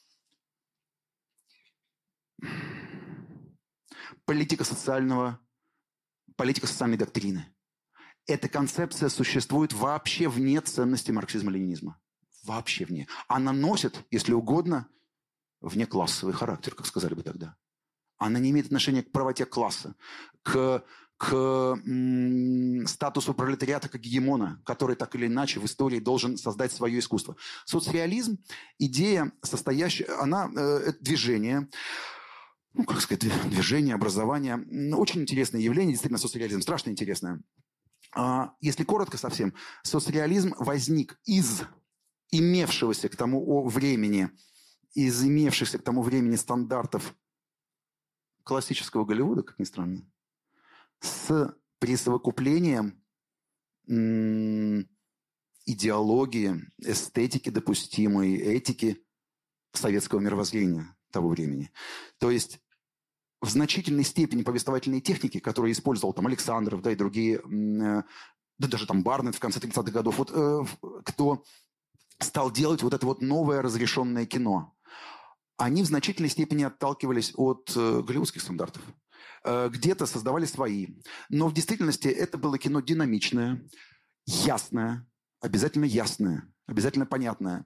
политико-социального политико-социальной доктрины. Эта концепция существует вообще вне ценности марксизма-ленинизма. Вообще вне. Она носит, если угодно, внеклассовый характер, как сказали бы тогда. Она не имеет отношения к правоте класса, к, к м, статусу пролетариата как гегемона, который так или иначе в истории должен создать свое искусство. Соцреализм, идея, состоящая, она, э, это движение, ну, как сказать, движение, образование. Очень интересное явление, действительно, соцреализм, страшно интересное. Если коротко совсем, соцреализм возник из имевшегося к тому времени, из имевшихся к тому времени стандартов классического Голливуда, как ни странно, с присовокуплением м- идеологии, эстетики допустимой, этики советского мировоззрения того времени. То есть в значительной степени повествовательные техники, которые использовал там Александров, да, и другие, э, да даже там Барнетт в конце тридцатых годов, вот э, кто стал делать вот это вот новое разрешенное кино, они в значительной степени отталкивались от э, голливудских стандартов. Э, где-то создавали свои. Но в действительности это было кино динамичное, ясное, обязательно ясное, обязательно понятное.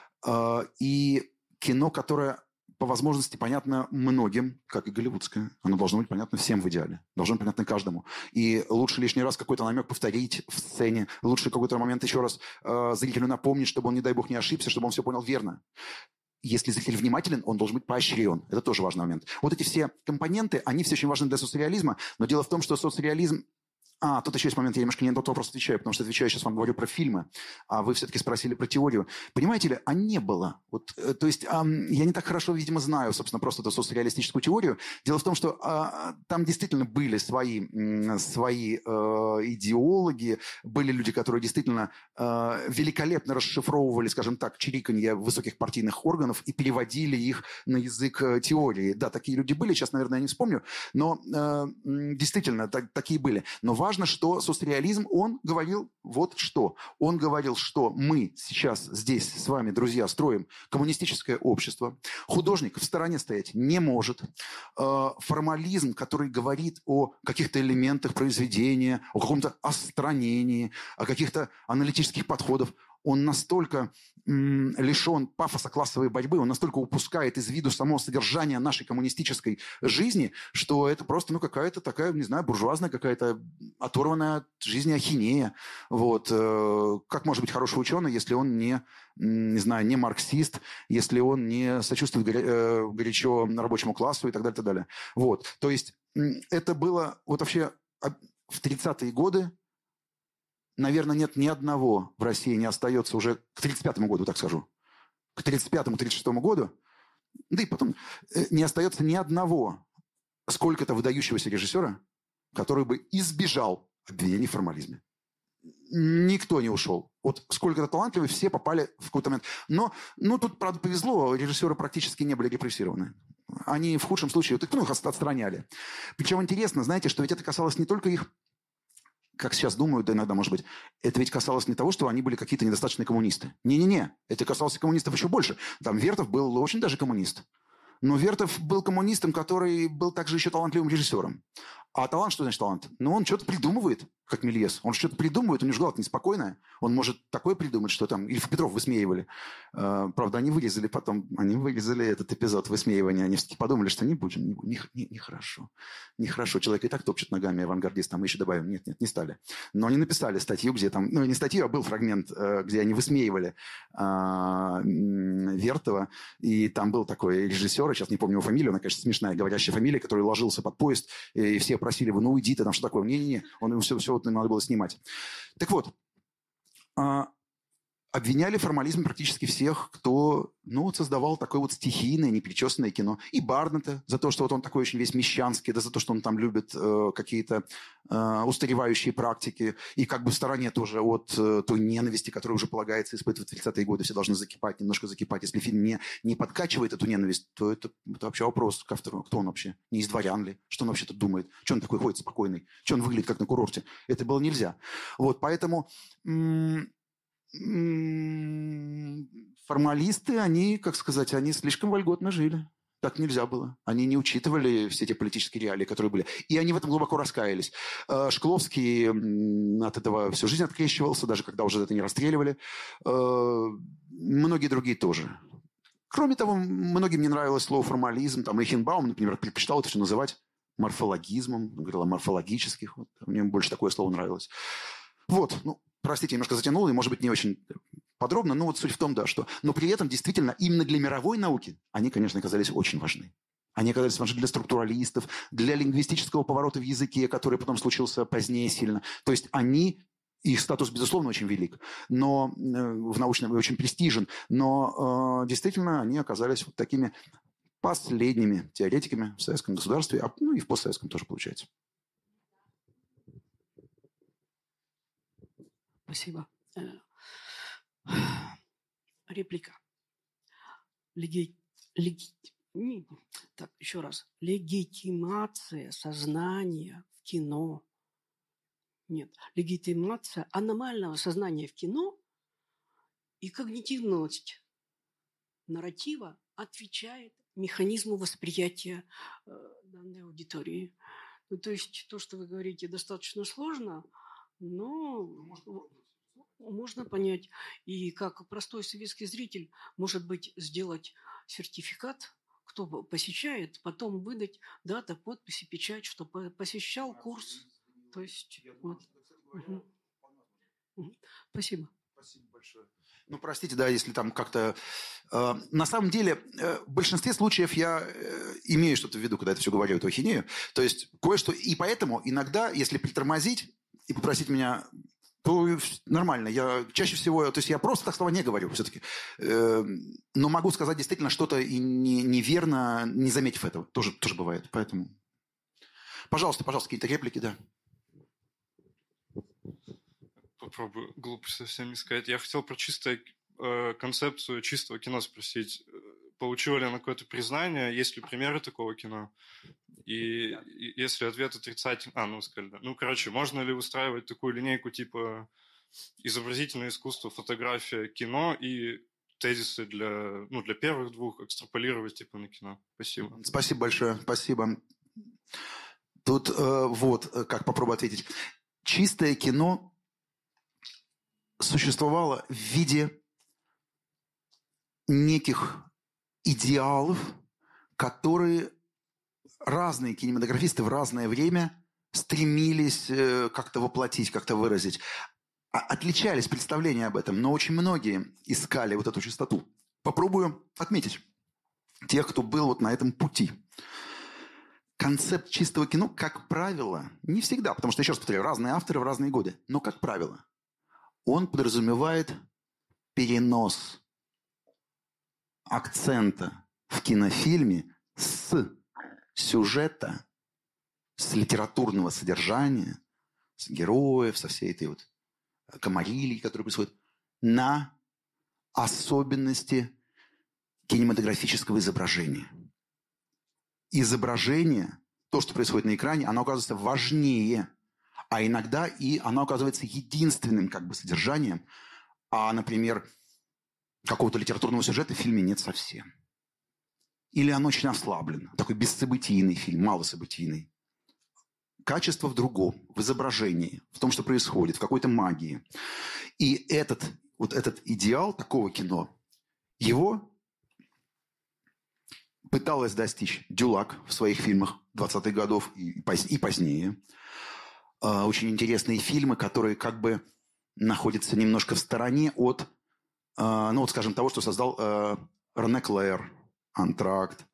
Э, и кино, которое по возможности понятно многим, как и голливудское. Оно должно быть понятно всем в идеале. Должно быть понятно каждому. И лучше лишний раз какой-то намек повторить в сцене. Лучше какой-то момент еще раз э, зрителю напомнить, чтобы он, не дай бог, не ошибся, чтобы он все понял верно. Если зритель внимателен, он должен быть поощрен. Это тоже важный момент. Вот эти все компоненты, они все очень важны для соцреализма. Но дело в том, что соцреализм... А, тут еще есть момент, я немножко не на тот вопрос отвечаю, потому что отвечаю сейчас вам говорю про фильмы, а вы все-таки спросили про теорию. Понимаете ли, а не было. Вот, э, то есть э, я не так хорошо, видимо, знаю, собственно, просто эту соцреалистическую теорию. Дело в том, что э, там действительно были свои, э, свои э, идеологи, были люди, которые действительно э, великолепно расшифровывали, скажем так, чириканье высоких партийных органов и переводили их на язык э, теории. Да, такие люди были, сейчас, наверное, я не вспомню, но э, действительно так, такие были. Но важно, что соцреализм, он говорил вот что. Он говорил, что мы сейчас здесь с вами, друзья, строим коммунистическое общество. Художник в стороне стоять не может. Формализм, который говорит о каких-то элементах произведения, о каком-то остранении, о каких-то аналитических подходах, он настолько м, лишен пафоса классовой борьбы, он настолько упускает из виду само содержание нашей коммунистической жизни, что это просто ну, какая-то такая, не знаю, буржуазная какая-то оторванная от жизни ахинея. Вот. Как может быть хороший ученый, если он не, не знаю, не марксист, если он не сочувствует горя- горячо рабочему классу и так далее, и так далее. Вот. То есть это было вот вообще в тридцатые годы. Наверное, нет ни одного в России не остается уже к тридцать пятому году, так скажу. К тридцать пятому - тридцать шестому году, да и потом не остается ни одного сколько-то выдающегося режиссера, который бы избежал обвинений в формализме. Никто не ушел. Вот сколько-то талантливых, все попали в какой-то момент. Но ну, тут, правда, повезло, режиссеры практически не были репрессированы. Они в худшем случае, вот, ну, их отстраняли. Причем интересно, знаете, что ведь это касалось не только их, как сейчас думают, да иногда, может быть, это ведь касалось не того, что они были какие-то недостаточные коммунисты. Не-не-не, это касалось коммунистов еще больше. Там Вертов был очень даже коммунист. Но Вертов был коммунистом, который был также еще талантливым режиссером. А талант, что значит талант? Ну, он что-то придумывает, как Мельес. Он что-то придумывает, у него же голова неспокойная. Он может такое придумать, что там... Ильф Петров высмеивали. Uh, правда, они вырезали потом, они вырезали этот эпизод высмеивания. Они все-таки подумали, что не будем, нехорошо. Не, не, не хорошо. Нехорошо. Человек и так топчет ногами авангардист, а мы еще добавим. Нет, нет, не стали. Но они написали статью, где там... Ну, не статью, а был фрагмент, где они высмеивали uh, Вертова. И там был такой режиссер, сейчас не помню его фамилию, она, конечно, смешная, говорящая фамилия, который ложился под поезд, и все просили его, ну уйди ты, там что такое? Не-не-не, он ему все, все вот надо было снимать. Так вот, а, обвиняли в формализме практически всех, кто ну, вот создавал такое вот стихийное, непричесанное кино. И Барнетта за то, что вот он такой очень весь мещанский, да, за то, что он там любит э, какие-то э, устаревающие практики. И как бы в стороне тоже от э, той ненависти, которую уже полагается испытывать в тридцатые годы. Все должны закипать, немножко закипать. Если фильм не, не подкачивает эту ненависть, то это, это вообще вопрос к автору. Кто он вообще? Не из дворян ли? Что он вообще тут думает? Что он такой ходит спокойный? Что он выглядит как на курорте? Это было нельзя. Вот, поэтому... М- формалисты, они, как сказать, они слишком вольготно жили. Так нельзя было. Они не учитывали все эти политические реалии, которые были. И они в этом глубоко раскаялись. Шкловский от этого всю жизнь открещивался, даже когда уже это не расстреливали. Многие другие тоже. Кроме того, многим не нравилось слово формализм. Там Эйхенбаум, например, предпочитал это все называть морфологизмом. Он говорил о морфологических. Вот. Мне больше такое слово нравилось. Вот, ну, простите, немножко затянул, и, может быть, не очень подробно, но вот суть в том, да, что... Но при этом, действительно, именно для мировой науки они, конечно, оказались очень важны. Они оказались важны для структуралистов, для лингвистического поворота в языке, который потом случился позднее сильно. То есть они... Их статус, безусловно, очень велик, но э, в научном и очень престижен, но э, действительно они оказались вот такими последними теоретиками в советском государстве, а, ну и в постсоветском тоже получается. Спасибо. Реплика. Леги... Леги... Так, еще раз. Легитимация сознания в кино. Нет. Легитимация аномального сознания в кино и когнитивность нарратива отвечает механизму восприятия э, данной аудитории. Ну, то есть то, что вы говорите, достаточно сложно, но можно понять. И как простой советский зритель, может быть, сделать сертификат, кто посещает, потом выдать дата, подписи, печать, что посещал курс. То есть, вот. Угу. Угу. Спасибо. Спасибо большое. Ну, простите, да, если там как-то... Э, на самом деле, э, в большинстве случаев я э, имею что-то в виду, когда это все говорю, эту ахинею. То есть кое-что... И поэтому иногда, если притормозить и попросить меня, то нормально. Я чаще всего... То есть я просто так слова не говорю все-таки. Э, но могу сказать действительно что-то и не, неверно, не заметив этого. Тоже, тоже бывает. Поэтому... Пожалуйста, пожалуйста, какие-то реплики, да. Попробую глупо совсем не сказать. Я хотел про чистую э, концепцию чистого кино спросить. Получило ли оно какое-то признание? Есть ли примеры такого кино? И, и если ответ отрицательный... А, ну, сказали, да. Ну, короче, можно ли устраивать такую линейку типа изобразительное искусство, фотография, кино и тезисы для, ну, для первых двух экстраполировать типа на кино? Спасибо. Спасибо большое. Спасибо. Тут э, вот, как попробую ответить. Чистое кино существовало в виде неких идеалов, которые разные кинематографисты в разное время стремились э, как-то воплотить, как-то выразить. А, отличались представления об этом, но очень многие искали вот эту чистоту. Попробую отметить тех, кто был вот на этом пути. Концепт чистого кино, как правило, не всегда, потому что, еще раз повторяю, разные авторы в разные годы, но, как правило, он подразумевает перенос акцента в кинофильме с сюжета, с литературного содержания, с героев, со всей этой вот камарилии, которая происходит, на особенности кинематографического изображения. Изображение, то, что происходит на экране, оно оказывается важнее, а иногда и оно оказывается единственным как бы содержанием, а, например, какого-то литературного сюжета в фильме нет совсем. Или оно очень ослаблено. Такой бессобытийный фильм, малособытийный. Качество в другом, в изображении, в том, что происходит, в какой-то магии. И этот, вот этот идеал такого кино, его пыталась достичь Дюлак в своих фильмах двадцатых годов и, и позднее. Очень интересные фильмы, которые как бы находятся немножко в стороне от, ну вот скажем, того, что создал Рене Клэр, «Антракт».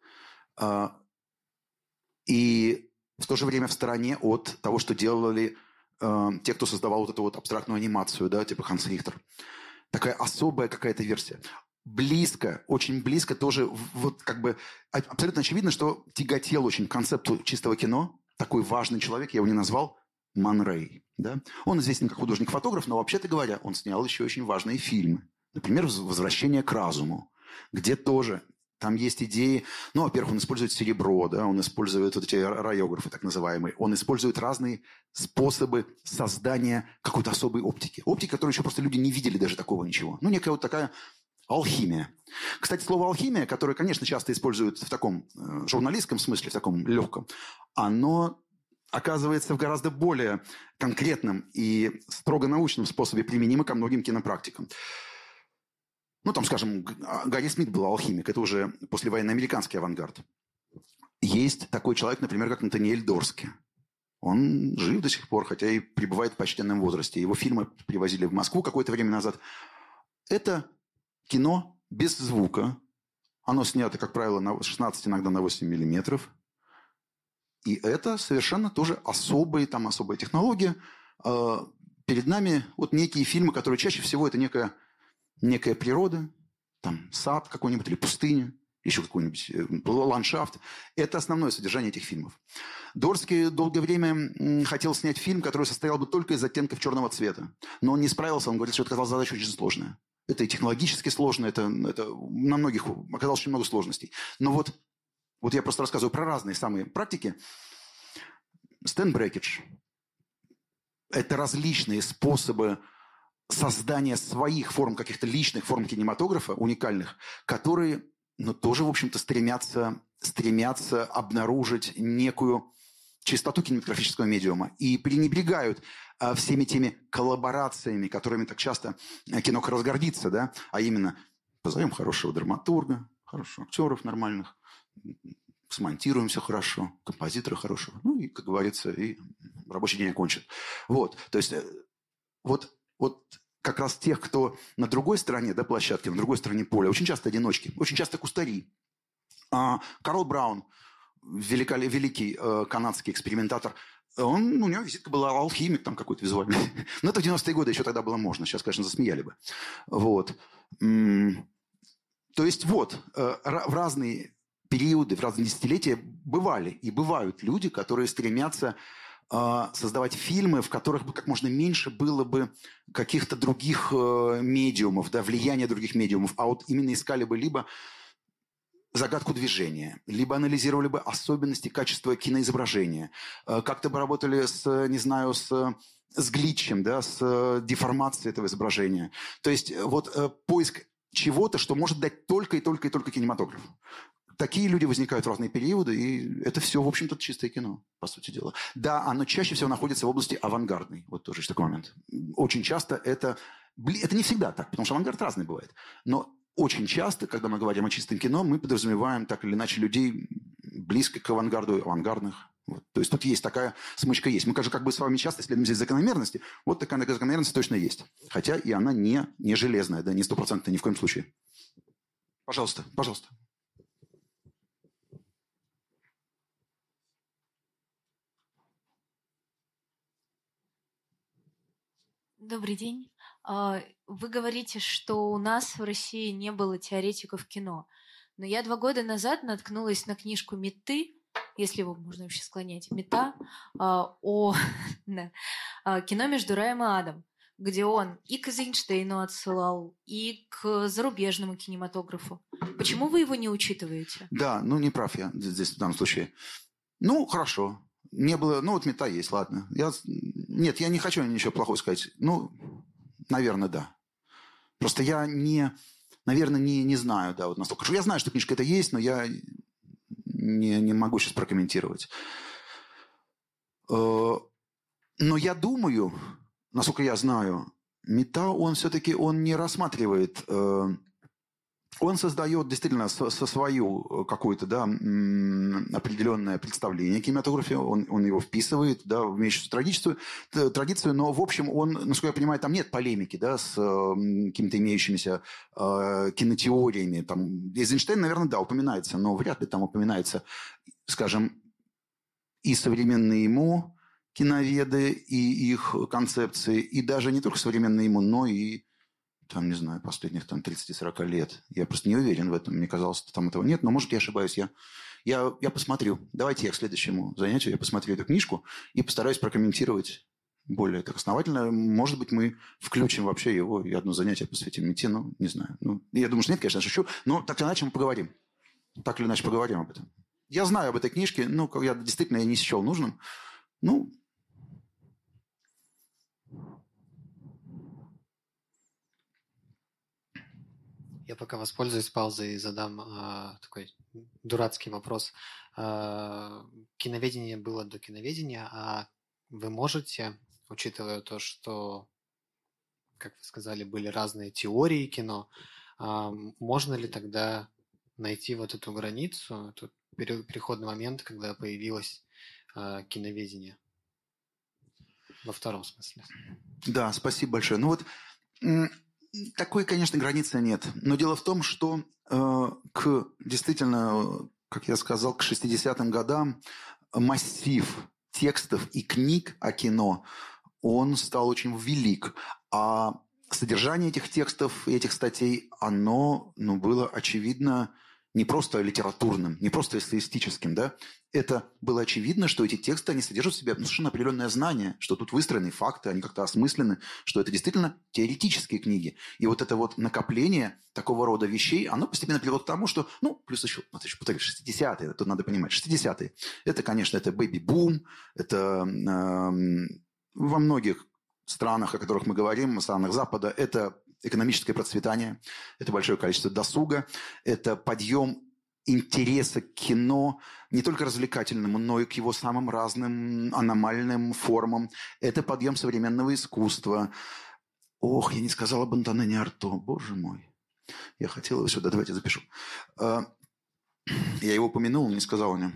И в то же время в стороне от того, что делали те, кто создавал вот эту вот абстрактную анимацию, да, типа Ханс Рихтер. Такая особая какая-то версия. Близко, очень близко тоже, вот как бы абсолютно очевидно, что тяготел очень к концепту чистого кино. Такой важный человек, я его не назвал, Ман Рэй. Да? Он известен как художник-фотограф, но, вообще-то говоря, он снял еще очень важные фильмы. Например, «Возвращение к разуму», где тоже там есть идеи. Ну, во-первых, он использует серебро, да? Он использует вот эти райографы, так называемые. Он использует разные способы создания какой-то особой оптики. Оптики, которую еще просто люди не видели даже такого ничего. Ну, некая вот такая алхимия. Кстати, слово «алхимия», которое, конечно, часто используют в таком э, журналистском смысле, в таком легком, оно оказывается в гораздо более конкретном и строго научном способе применимо ко многим кинопрактикам. Ну, там, скажем, Гарри Смит был алхимик. Это уже послевоенный американский авангард. Есть такой человек, например, как Натаниэль Дорски. Он жив до сих пор, хотя и пребывает в почтенном возрасте. Его фильмы привозили в Москву какое-то время назад. Это кино без звука. Оно снято, как правило, на шестнадцать, иногда на восемь миллиметров. И это совершенно тоже особые, там, особая технология. Перед нами вот некие фильмы, которые чаще всего это некая, некая природа, там, сад какой-нибудь или пустыня. еще какой-нибудь ландшафт. Это основное содержание этих фильмов. Дворский долгое время хотел снять фильм, который состоял бы только из оттенков черного цвета. Но он не справился, он говорит, что это оказалась задача очень сложная. Это и технологически сложно, это, это на многих оказалось очень много сложностей. Но вот, вот я просто рассказываю про разные самые практики. Стэн Брекидж – это различные способы создания своих форм, каких-то личных форм кинематографа, уникальных, которые, ну, тоже, в общем-то, стремятся, стремятся обнаружить некую чистоту кинематографического медиума и пренебрегают а, всеми теми коллаборациями, которыми так часто кино разгордится, да, а именно позовем хорошего драматурга, хороших актеров нормальных, смонтируем все хорошо, композитора хорошего, ну и, как говорится, и рабочий день окончен. Вот, то есть вот, вот как раз тех, кто на другой стороне, да, площадки, на другой стороне поля, очень часто одиночки, очень часто кустари. А, Карл Браун, великолеп, великий э, канадский экспериментатор, он, у него визитка была алхимик там какой-то визуальный. Но это в девяностые годы еще тогда было можно. Сейчас, конечно, засмеяли бы. Вот. То есть вот, э, в разные периоды, в разные десятилетия бывали и бывают люди, которые стремятся э, создавать фильмы, в которых бы как можно меньше было бы каких-то других э, медиумов, да, влияния других медиумов, а вот именно искали бы либо загадку движения, либо анализировали бы особенности качества киноизображения, как-то бы работали с, не знаю, с, с глитчем, да, с деформацией этого изображения. То есть вот поиск чего-то, что может дать только и только и только кинематограф. Такие люди возникают в разные периоды, и это все, в общем-то, чистое кино, по сути дела. Да, оно чаще всего находится в области авангардной. Вот тоже есть такой момент. Очень часто это... Это не всегда так, потому что авангард разный бывает. Но очень часто, когда мы говорим о чистом кино, мы подразумеваем так или иначе людей близко к авангарду, авангардных. Вот. То есть тут есть такая смычка есть. Мы, конечно, как бы с вами часто исследуем здесь закономерности. Вот такая закономерность точно есть. Хотя и она не, не железная, да, не стопроцентная ни в коем случае. Пожалуйста, пожалуйста. Добрый день. Вы говорите, что у нас в России не было теоретиков кино. Но я два года назад наткнулась на книжку Метты, если его можно вообще склонять, Мета, о кино между раем и адом, где он и к Эйзенштейну отсылал, и к зарубежному кинематографу. Почему вы его не учитываете? Да, ну не прав я здесь в данном случае. Ну, хорошо. Не было, ну вот Мета есть, ладно. Я, нет, я не хочу ничего плохого сказать. Ну, наверное, да. Просто я не, наверное, не, не знаю, да, вот настолько. Я знаю, что книжка это есть, но я не, не могу сейчас прокомментировать. Но я думаю, насколько я знаю, Мета, он все-таки он не рассматривает... Он создает действительно со, со свою какое-то, да, определенное представление о кинематографе, он, он его вписывает, да, в имеющуюся традицию, традицию, но, в общем, он, насколько я понимаю, там нет полемики, да, с э, какими-то имеющимися э, кинотеориями. Там, Эйзенштейн, наверное, да, упоминается, но вряд ли там упоминается, скажем, и современные ему киноведы, и их концепции, и даже не только современные ему, но и там, не знаю, последних там тридцать-сорок лет. Я просто не уверен в этом. Мне казалось, что там этого нет. Но, может, я ошибаюсь. Я, я, я посмотрю. Давайте я к следующему занятию я посмотрю эту книжку и постараюсь прокомментировать более так основательно. Может быть, мы включим вообще его и одно занятие посвятим Мете. Ну, не знаю. Ну, я думаю, что нет, конечно, шучу. Но так или иначе мы поговорим. Так или иначе поговорим об этом. Я знаю об этой книжке. Ну, я действительно я не счел нужным. Ну, Я пока воспользуюсь паузой и задам э, такой дурацкий вопрос. Э, киноведение было до киноведения, а вы можете, учитывая то, что, как вы сказали, были разные теории кино, э, можно ли тогда найти вот эту границу, этот переходный момент, когда появилось э, киноведение? Во втором смысле. Да, спасибо большое. Ну вот... Такой, конечно, границы нет. Но дело в том, что э, к действительно, как я сказал, к шестидесятым годам массив текстов и книг о кино, он стал очень велик. А содержание этих текстов и этих статей, оно ну, было, очевидно, не просто литературным, не просто эссеистическим, да, это было очевидно, что эти тексты, они содержат в себе совершенно определенное знание, что тут выстроены факты, они как-то осмыслены, что это действительно теоретические книги. И вот это вот накопление такого рода вещей, оно постепенно привело к тому, что, ну, плюс еще, вот еще повторюсь, шестидесятые, тут надо понимать, шестидесятые, это, конечно, это бэби-бум, это э, во многих странах, о которых мы говорим, в странах Запада, это экономическое процветание, это большое количество досуга, это подъем интереса к кино, не только развлекательному, но и к его самым разным аномальным формам. Это подъем современного искусства. Ох, я не сказал об Антонине Арто, боже мой. Я хотел его сюда, давайте запишу. Я его упомянул, не сказал о нем.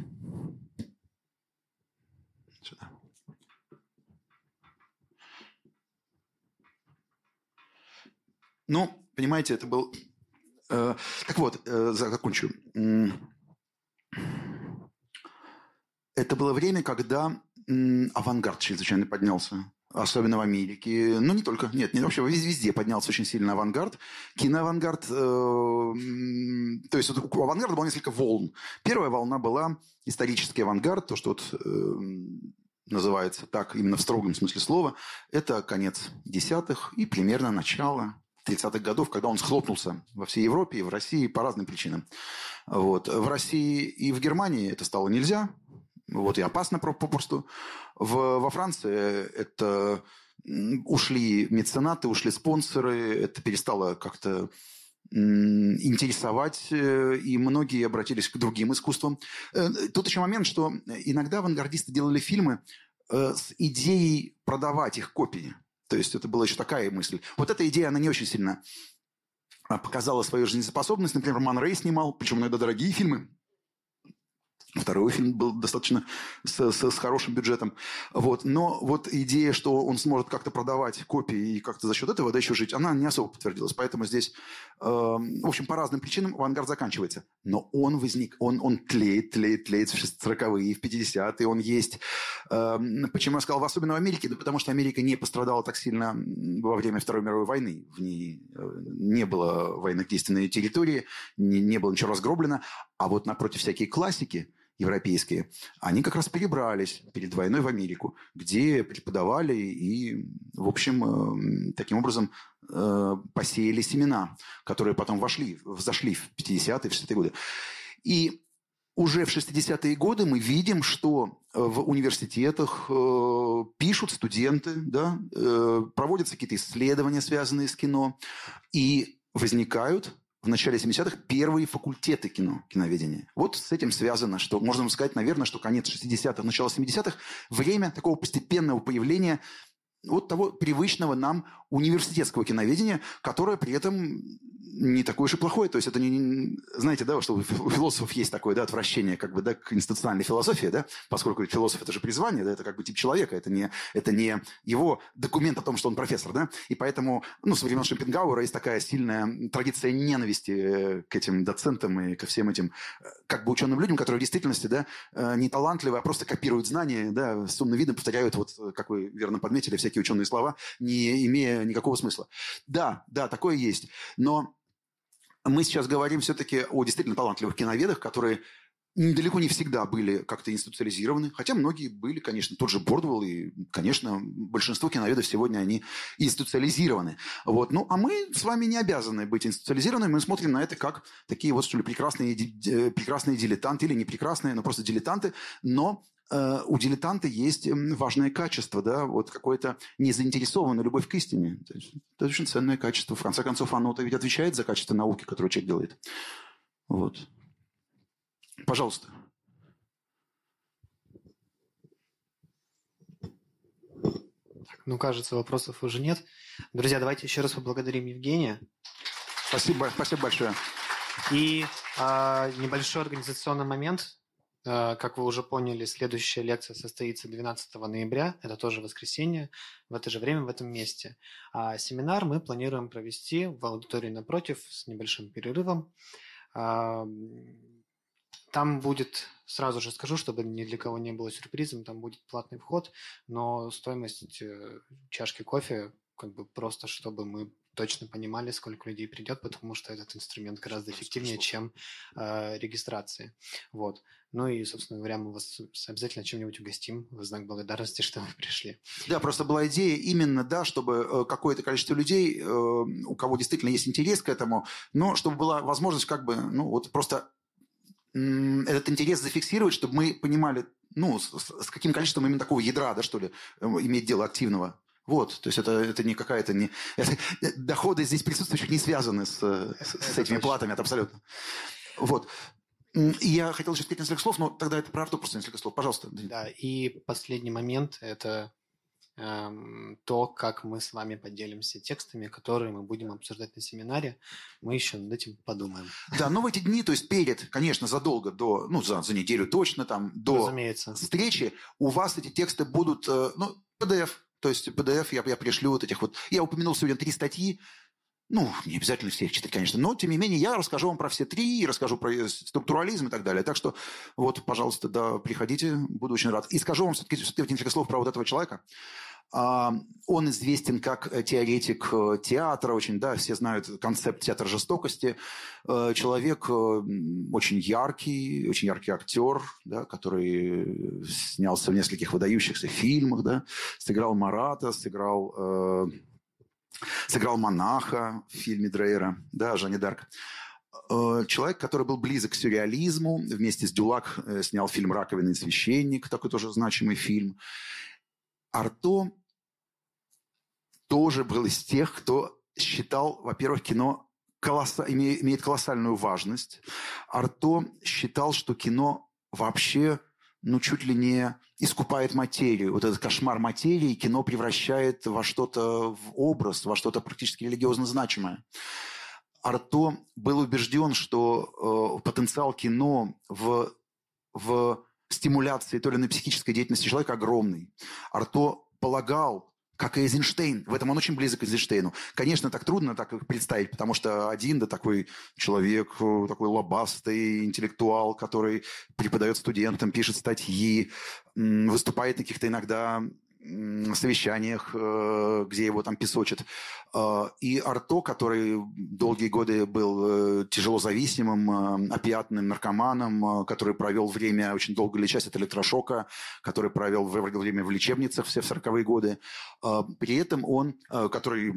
Сюда. Ну, понимаете, это был... Э, так вот, э, закончу. Это было время, когда м, авангард чрезвычайно поднялся. Особенно в Америке. Ну, не только. Нет, не вообще. Везде поднялся очень сильно авангард. Киноавангард... Э, то есть вот у авангарда было несколько волн. Первая волна была исторический авангард. То, что вот... Э, называется так, именно в строгом смысле слова. Это конец десятых и примерно начало тридцатых годов, когда он схлопнулся во всей Европе и в России по разным причинам. Вот. В России и в Германии это стало нельзя. Вот, и опасно попросту. В, во Франции это ушли меценаты, ушли спонсоры. Это перестало как-то интересовать, и многие обратились к другим искусствам. Тут еще момент, что иногда авангардисты делали фильмы с идеей продавать их копии. То есть это была еще такая мысль. Вот эта идея, она не очень сильно показала свою жизнеспособность. Например, Ман Рэй снимал, причем иногда дорогие фильмы. Второй фильм был достаточно с, с, с хорошим бюджетом. Вот. Но вот идея, что он сможет как-то продавать копии и как-то за счет этого да, еще жить, она не особо подтвердилась. Поэтому здесь, э, в общем, по разным причинам авангард заканчивается. Но он возник, он, он тлеет, тлеет, тлеет в сороковые, в пятидесятые, он есть. Э, почему я сказал, особенно в Америке? Да потому что Америка не пострадала так сильно во время Второй мировой войны. В ней не было военных действий на территории, не, не было ничего разгроблено. А вот напротив всякие классики, европейские, они как раз перебрались перед войной в Америку, где преподавали и, в общем, таким образом посеяли семена, которые потом вошли, взошли в пятидесятые, в шестидесятые годы. И уже в шестидесятые годы мы видим, что в университетах пишут студенты, да, проводятся какие-то исследования, связанные с кино, и возникают в начале семидесятых первые факультеты кино, киноведения. Вот с этим связано, что можно сказать, наверное, что конец шестидесятых, начало семидесятых – время такого постепенного появления вот того привычного нам университетского киноведения, которое при этом не такое уж и плохое. То есть это не... Знаете, да, что у философов есть такое да, отвращение как бы, да, к институциональной философии, да, поскольку философ – это же призвание, да, это как бы тип человека, это не, это не его документ о том, что он профессор. Да? И поэтому ну, со времен Шопенгауэра есть такая сильная традиция ненависти к этим доцентам и ко всем этим как бы ученым людям, которые в действительности да, не талантливы, а просто копируют знания, да, с умным видом повторяют, вот, как вы верно подметили, всякие ученые слова, не имея никакого смысла. Да, да, такое есть. Но мы сейчас говорим все-таки о действительно талантливых киноведах, которые далеко не всегда были как-то институциализированы. Хотя многие были, конечно, тот же Бордуэлл и, конечно, большинство киноведов сегодня, они институциализированы. Вот. Ну, а мы с вами не обязаны быть институциализированы. Мы смотрим на это как такие вот, что ли, прекрасные, прекрасные дилетанты или не прекрасные, но просто дилетанты. Но у дилетанта есть важное качество, да, вот какое-то незаинтересованная любовь к истине. Это очень ценное качество. В конце концов, оно-то ведь отвечает за качество науки, которую человек делает. Вот. Пожалуйста. Так, ну, кажется, вопросов уже нет. Друзья, давайте еще раз поблагодарим Евгения. Спасибо, спасибо большое. И а, небольшой организационный момент. Как вы уже поняли, следующая лекция состоится двенадцатого ноября, это тоже воскресенье, в это же время, в этом месте. А семинар мы планируем провести в аудитории напротив с небольшим перерывом. Там будет, сразу же скажу, чтобы ни для кого не было сюрпризом, там будет платный вход, но стоимость чашки кофе, как бы просто, чтобы мы точно понимали, сколько людей придет, потому что этот инструмент гораздо эффективнее, чем э, регистрация. Вот. Ну и, собственно говоря, мы вас обязательно чем-нибудь угостим в знак благодарности, что вы пришли. Да, просто была идея именно, да, чтобы какое-то количество людей, у кого действительно есть интерес к этому, но чтобы была возможность как бы, ну вот просто этот интерес зафиксировать, чтобы мы понимали, ну, с, с каким количеством именно такого ядра, да, что ли, иметь дело активного. Вот, то есть это, это не какая-то... Не, это, доходы здесь присутствующих не связаны с, с, с этими платами, это абсолютно. Вот. И я хотел еще сказать несколько слов, но тогда это про Арту просто несколько слов. Пожалуйста. Да, и последний момент – это эм, то, как мы с вами поделимся текстами, которые мы будем обсуждать на семинаре. Мы еще над этим подумаем. Да, но в эти дни, то есть перед, конечно, задолго до, ну, за, за неделю точно, там, до Разумеется. встречи, у вас эти тексты будут, ну, пи ди эф, то есть пи ди эф я, я пришлю вот этих вот... Я упомянул сегодня три статьи. Ну, не обязательно все их читать, конечно, но, тем не менее, я расскажу вам про все три, и расскажу про структурализм и так далее. Так что, вот, пожалуйста, да, приходите, буду очень рад. И скажу вам все-таки, все-таки несколько слов про вот этого человека. Он известен как теоретик театра, очень, да, все знают концепт театра жестокости. Человек очень яркий, очень яркий актер, да, который снялся в нескольких выдающихся фильмах, да, сыграл Марата, сыграл... Сыграл монаха в фильме Дрейера, да, Жанне д'Арк. Человек, который был близок к сюрреализму, вместе с Дюлак снял фильм «Раковина и священник», такой тоже значимый фильм. Арто тоже был из тех, кто считал, во-первых, кино колосса... имеет колоссальную важность. Арто считал, что кино вообще... ну, чуть ли не искупает материю. Вот этот кошмар материи кино превращает во что-то, в образ, во что-то практически религиозно значимое. Арто был убежден, что э, потенциал кино в, в стимуляции той или иной психической деятельности человека огромный. Арто полагал, как и Эйзенштейн. В этом он очень близок к Эйзенштейну. Конечно, так трудно так их представить, потому что один, да, такой человек, такой лобастый интеллектуал, который преподает студентам, пишет статьи, выступает на каких-то иногда совещаниях, где его там песочат. И Арто, который долгие годы был тяжело зависимым, опиатным наркоманом, который провел время, очень долго лечась от электрошока, который провел время в лечебницах все в сороковые годы. При этом он, который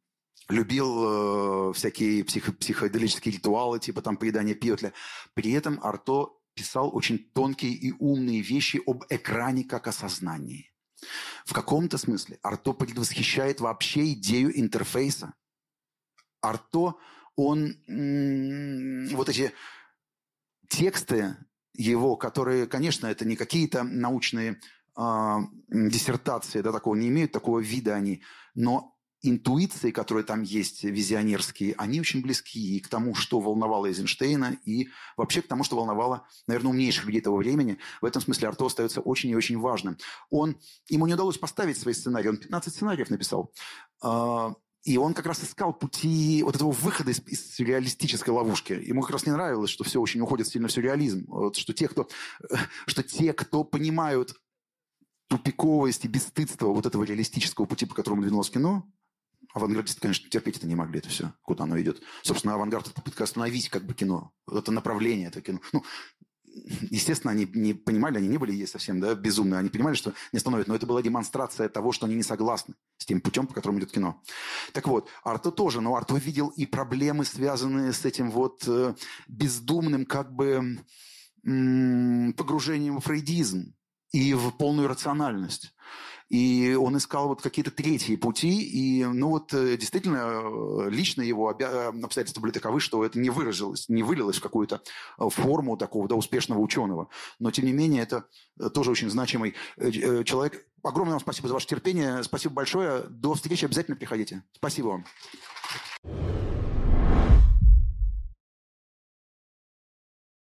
любил всякие психо- психоделические ритуалы, типа там поедания пиотля, при этом Арто писал очень тонкие и умные вещи об экране как о сознании. В каком-то смысле Арто предвосхищает вообще идею интерфейса. Арто, он м- вот эти тексты его, которые, конечно, это не какие-то научные э, диссертации, да, такого не имеют, такого вида они, но интуиции, которые там есть, визионерские, они очень близки и к тому, что волновало Эйзенштейна, и вообще к тому, что волновало, наверное, умнейших людей того времени. В этом смысле Арто остается очень и очень важным. Он, ему не удалось поставить свои сценарии, он пятнадцать сценариев написал. И он как раз искал пути вот этого выхода из, из сюрреалистической ловушки. Ему как раз не нравилось, что все очень уходит сильно в сюрреализм. Вот, что, те, кто, что те, кто понимают тупиковость и бесстыдство вот этого реалистического пути, по которому двинулось кино, авангардисты, конечно, терпеть это не могли, это все, куда оно идет. Собственно, авангард – это попытка остановить как бы кино, это направление, это кино. Ну, естественно, они не понимали, они не были совсем да, безумные, они понимали, что не остановят, но это была демонстрация того, что они не согласны с тем путем, по которому идет кино. Так вот, Арто тоже, но Арто видел и проблемы, связанные с этим вот э, бездумным как бы м- погружением в фрейдизм и в полную рациональность. И он искал вот какие-то третьи пути, и, ну вот, действительно, лично его обстоятельства были таковы, что это не выразилось, не вылилось в какую-то форму такого, да, успешного ученого. Но, тем не менее, это тоже очень значимый человек. Огромное вам спасибо за ваше терпение, спасибо большое, до встречи, обязательно приходите. Спасибо вам.